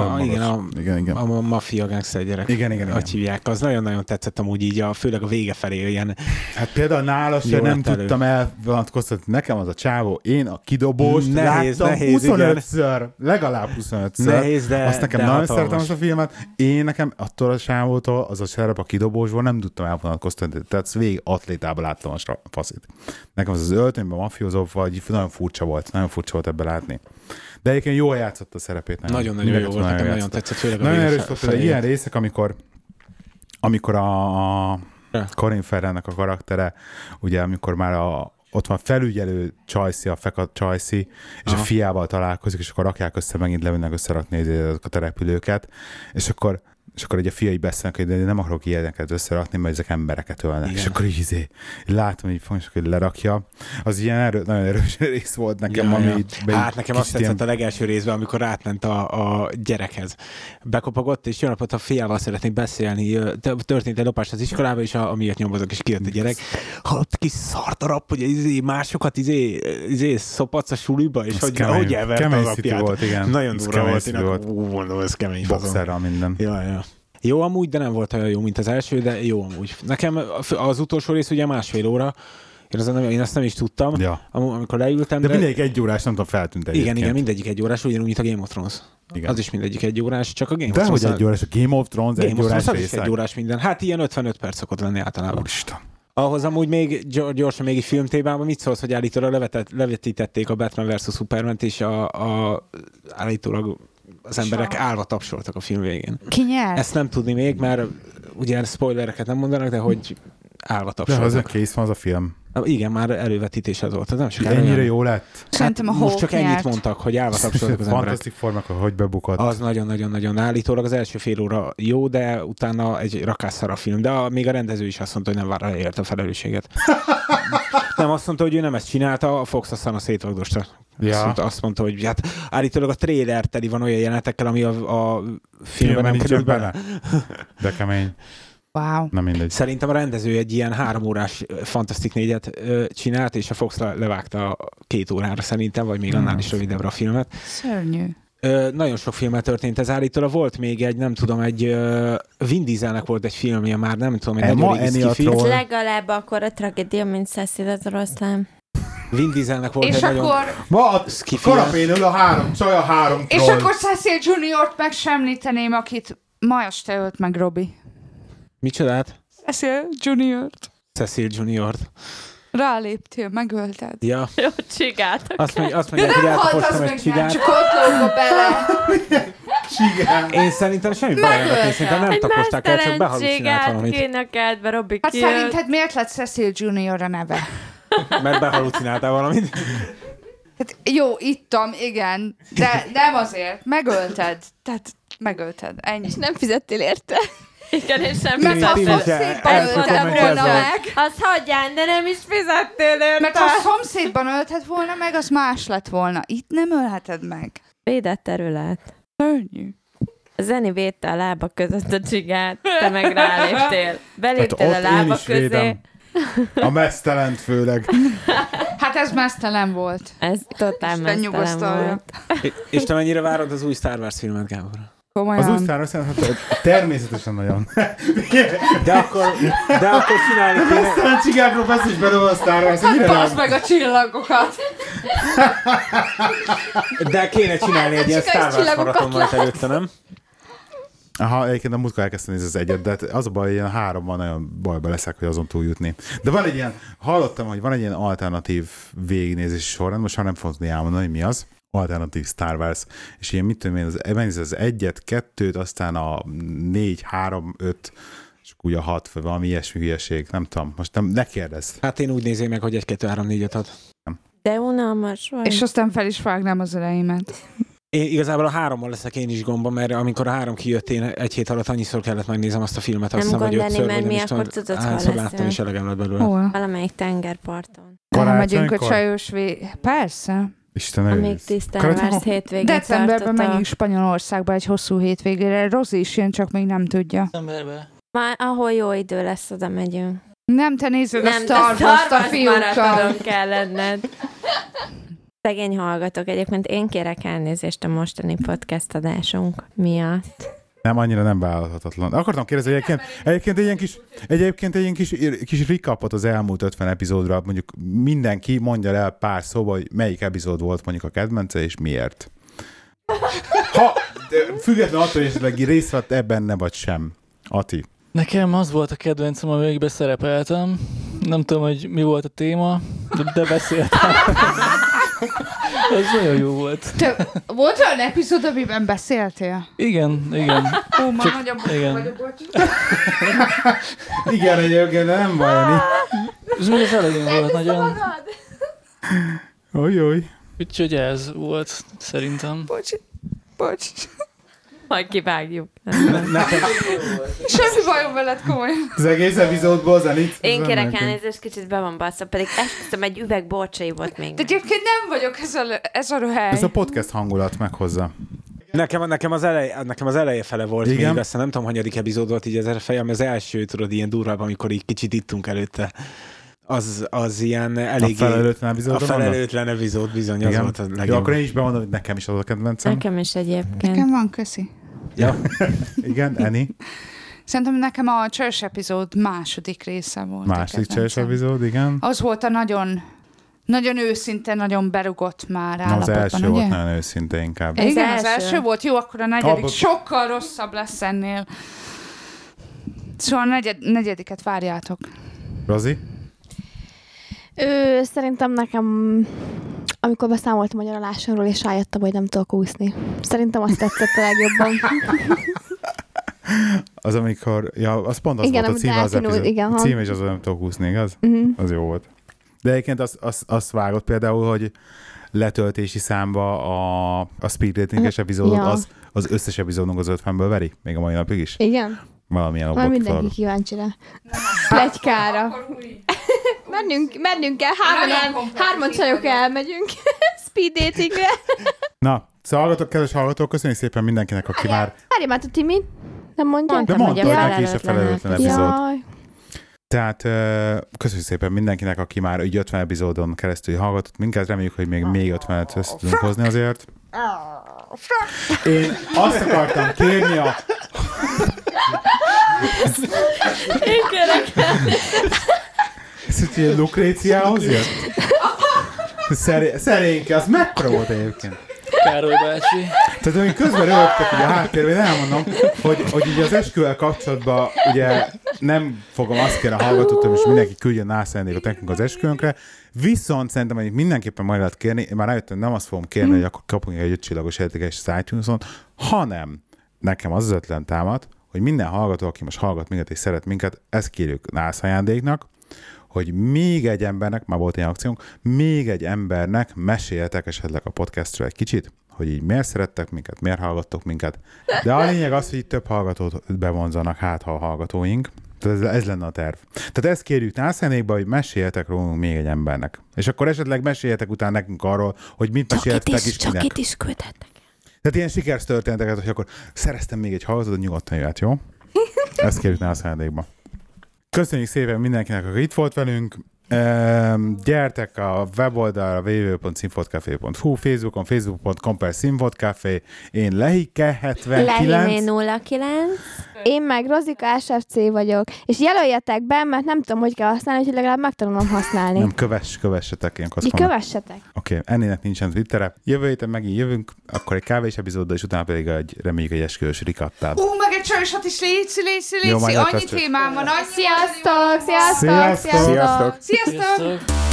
igen. A maffia gangster gyerek. Igen. Hogy hívják, az nagyon-nagyon tetszett amúgy így, főleg a vége felé ilyen. Hát például nála sem nem tudtam elvonatkoztatni. Nekem az a csávó, én a kidobóst láttam 25-ször, legalább 25-ször. Nehéz, de azt nekem nagyon szeretem azt a filmet. Én nekem attól a csávótól, az a szerep a kidobósból nem tudtam elvonatkoztatni. Tehát végig atlétában láttam a faszit. Nekem az öltönyben mafiózó, vagy nagyon furcsa volt ebbe látni. De egyébként jól játszott a szerepét. Nagyon-nagyon jó volt, nekem nagyon tetszett, főleg a nagyon erős volt, ilyen részek, amikor a Colin Farrellnek a karaktere, ugye amikor már ott van felügyelő Csajci, a Feka Csajci, és a fiával találkozik, és akkor rakják össze, megint leülnek összerakni a terepülőket, és akkor és akkor egy a fiai beszélnek, hogy de nem akarok ilyeneket összerakni, mert ezek embereket ölnek. Igen. És akkor így látom, hogy fontos, hogy lerakja. Az ilyen nagyon erős rész volt nekem, ami... Hát nekem azt tetszett a legelső részben, amikor átment a gyerekhez. Bekopogott, és jó napot, a fiával szeretnék beszélni. Történt egy lopás az iskolába, és amiatt nyomozok, és kijött a gyerek. Hallott kis szardarab, hogy másokat szopatsz a suliba, és hogy elvert az apját. Volt, igen. Nagyon durva volt. Mondom, ez kemény. Boxerrel minden. Ja. Jó amúgy, de nem volt olyan jó, mint az első, de jó amúgy. Nekem az utolsó rész ugye 1,5 óra, én azt nem is tudtam, amikor leültem. De mindegyik 1 órás, nem tudom, feltűnt egyébként. Igen, mindegyik 1 órás, ugyanúgy, mint a Game of Thrones. Igen. Az is mindegyik 1 órás, csak a Game of Thrones. De hogy 1 órás, a Game of Thrones 1 órás részek. Az is 1 órás minden. Hát ilyen 55 perc szokott lenni általában. Úristen. Ahhoz amúgy még gyorsan még egy filmtémában mit szólsz, hogy állítólag levetítették a Batman vs. Superman-t, és állítólag az emberek állva tapsoltak a film végén. Ki nyert? Ezt nem tudni még, mert ugye spoilereket nem mondanak, de hogy állva tapsoltak. De az kész van az a film. Igen, már elővetítés az volt. Ez nem sokára ennyire jó lett. Szerintem a most csak ennyit mondtak, hogy állva tapsoltak az emberek. Fantasztik formák, hogy bebukott. Az nagyon-nagyon állítólag az első fél óra jó, de utána egy rakásszara film. De még a rendező is azt mondta, hogy nem vár ért a felelősséget. Nem, azt mondta, hogy ő nem ezt csinálta, a Fox aztán a szétvagdosta. Ja. Azt mondta, hogy hát állítólag a trailer teli van olyan jelenetekkel, ami a filmben nem került bele. De kemény. Wow. Nem mindegy. Szerintem a rendező egy ilyen 3 órás Fantastic 4-et csinált, és a Fox levágta 2 órára szerintem, vagy még annál is rövidebbre a filmet. Szörnyű. Nagyon sok filmmel történt ez állítólag. Volt még egy, nem tudom, egy Vin Dieselnek volt egy filmje már, nem tudom, egy nagyon régi film. Ez legalább akkor a tragédia, mint Cecil az oroszlán. Vin Dieselnek volt és egy akkor... nagyon... Ma a karapénül a 3 csaj, a 3 troll. És akkor Cecil Juniort megsemlíteném, akit ma este ölt meg Robi. Micsodát? Cecil Juniort. Cecil Juniort. Ráléptél, megölted. Ja. Jó, csigátok. Azt mondják, hogy átapoztam egy csigát. Csak ott lógva bele. Csigát. Én szerintem semmi baj nem, én szerintem nem taposták el, csak behalucinált valamit. Kénakádba, Robi hát szerinted miért lett Cecil Junior a neve? Mert behalucináltál valamit. Hát jó, ittam, igen, de nem azért. Megölted. Tehát megölted. Ennyi. És nem fizettél érte. Igen, és sem mert ha szomszédban ölted volna meg. Az hagyján, de nem is fizettél érte. Mert ha szomszédban ölted volna meg, az más lett volna. Itt nem ölheted meg. Védett terület. Szörnyű. Zeni védte a lába között a csigát, te meg ráléptél. Beléptél hát a lába közé. Védem. A mesztelent főleg. Hát ez mesztelen volt. Ez totál mesztelen volt. És te mennyire várod az új Star Wars filmet, Gábor? Komolyan. Az új Star Wars természetesen nagyon. De akkor csinálni kéne. A mesztelen csigákról beszélsz belőle a Star Wars. Hát basz meg a csillagokat. De kéne csinálni egy ilyen Star Wars maraton majd előtte, nem? Aha, egyébként a múltkor elkezdtem nézni az egyet, de az a baj, ilyen 3-ban nagyon bajba leszek, hogy azon túljutni. De van egy ilyen, hallottam, hogy van egy ilyen alternatív végignézési sorrend, most már nem fogom tudni elmondani, hogy mi az. Alternatív Star Wars. És ilyen mit tudom én, megnézed az 1-et, 2-t, aztán a 4, 3, 5, és úgy a 6, vagy valami ilyesmi hülyeség. Nem tudom, most ne kérdezz. Hát én úgy nézem meg, hogy 1, 2, 3, 4, 5, 6. De unalmas vagy. És aztán fel is vágnám az ereimet. Én igazából a 3-mal leszek én is gomba, mert amikor a 3 kijött, én 1 hét alatt annyiszor kellett megnézem azt a filmet. Nem gondolni, mert mi akkor tudod, hol leszünk. Láttam, és elegem lett belőle. Hol? Valamelyik tengerparton. Megyünk a csajos Persze. Istenem. Amíg tisztán vársz hétvégét decemberben megyünk Spanyolországba egy hosszú hétvégére. Rozi is jön, csak még nem tudja. Decemberben. Már ahol jó idő lesz, oda megyünk. Nem, te nézed a Star Wars-t a fiúkkal. Kell lenned. Szegény hallgatok. Egyébként én kérek elnézést a mostani podcast adásunk miatt. Nem, annyira nem beállhatatlan. Akartam kérdezni, egyébként egy ilyen kis recapot az elmúlt 50 epizódra, mondjuk mindenki mondja el pár szóba, hogy melyik epizód volt mondjuk a kedvence, és miért. Ha függetlenül attól, hogy esetleg részt vett ebben, ne vagy sem. Ati. Nekem az volt a kedvencem, amelyikben szerepeltem. Nem tudom, hogy mi volt a téma, de beszéltem. Ez nagyon jó volt. Te, volt olyan epizód, amiben beszéltél? Igen. Ó, már nagyobb vagyok, bocs. Igen, egyébként, de nem baj, Ani. Ez még az elején volt nagyon. Ojjoj. Úgyhogy ez volt, szerintem. Bocs. Majd kivágjuk. Semmi bajom veled, komolyan. Az egész epizódból Zenit. Én kérek elnézést, kicsit be van bassza, pedig esküszöm, egy üveg borcsai volt még. De egyébként nem vagyok ez a röhely. Ez a podcast hangulat meghozza. Nekem az eleje fele volt. Igen? Még aztán nem tudom, hanyadik epizód volt így ez a fejem, az első, tudod, ilyen durvább, amikor így kicsit ittunk előtte. Az ilyen elég... A felelőtlen epizód bizony, az volt a legjobb. Jó, akkor én is bemondom, hogy nekem is az a kedvencem. Nekem is egyébként. Nekem van, köszi. Ja. Igen, Eni? Szerintem nekem a Church epizód második része volt. Második Church epizód, igen. Az volt a nagyon őszinte, nagyon berugott már állapotban, az első ugye? volt nagyon őszinte inkább. Igen, az első volt. Jó, akkor a negyedik sokkal rosszabb lesz ennél. Szóval a negyediket várjátok. Rozi? Szerintem nekem, amikor beszámoltam a nyaralásomról, és rájöttem, hogy nem tudok úszni. Szerintem azt tetszett a legjobban. Az, amikor, ja, az pont az igen, volt a címe az epizód. Igen, címe is az, hogy nem tudok úszni, igaz? Az jó volt. De egyébként azt vágott például, hogy letöltési számba a speed ratinges epizódot, az összes epizódunk az 50-ből veri, még a mai napig is. Igen? Valamilyen abból mindenki kíváncsi rá. Pletykára. Mennünk kell, hárman csajok elmegyünk speed datingre. Na, szóval kedves hallgatók, köszönjük szépen mindenkinek, aki már... Várj már, a Timi, nem mondja? De mondta, hogy neki is a felelőtlen epizód. Jaj. Tehát köszönjük szépen mindenkinek, aki már 50 epizódon keresztül hallgatott minket. Reméljük, hogy még 50-et össze tudunk hozni azért. Én azt akartam kérni a... Én kérek. Ez ugye Lukréciához jött? Szerénke, az mekkora volt egyébként? Károly bácsi. Tehát amíg közben rögtök ugye a háttérben, elmondom, hogy így az esküvel kapcsolatban ugye nem fogom azt kérni a hallgatótól, és mindenki küldjön nászándékot nekünk az esküvőnkre, viszont szerintem, hogy mindenképpen majd lehet kérni, én már rájöttem, nem azt fogom kérni, hogy akkor kapunk egy 5 csillagos értékelést az iTunes-on, hanem nekem az ötlen támad, hogy minden hallgató, aki most hallgat minket és szeret minket, ezt kérjük nászándéknak, hogy még egy embernek, már volt ilyen akciónk, még egy embernek meséljetek esetleg a podcastről egy kicsit, hogy így miért szerettek minket, miért hallgattok minket. De a lényeg az, hogy itt több hallgatót bevonzanak, hát ha a hallgatóink. Tehát ez lenne a terv. Tehát ezt kérjük nászándékba, hogy meséljetek rólunk még egy embernek. És akkor esetleg meséljetek utána nekünk arról, hogy mit meséltek is kinek. Csak is küldhetnek. Tehát ilyen sikersztörténeteket, hogy akkor szereztem még egy hallgatót, nyugodtan jöhet, jó? Ezt kérjük nászándékba. Köszönjük szépen mindenkinek, aki itt volt velünk. Gyertek a weboldalra www.színfoltcafé.hu, Facebookon facebook.com/színfoltcafé. Én Lehike79. Lehimé 09. Én meg Rozika SFC vagyok. És jelöljetek be, mert nem tudom, hogy kell használni, úgyhogy legalább megtanulom használni. Nem, kövessetek én azt mondom. Kövessetek. Oké, ennének nincsen Twittere. Jövő héten megint jövünk, akkor egy kávés epizóddal, és utána pedig reméljük egy esküvős rikattál. Meg egy csajsat is léci. Annyi témám van. Sziasztok! Sziasztok! Sziasztok!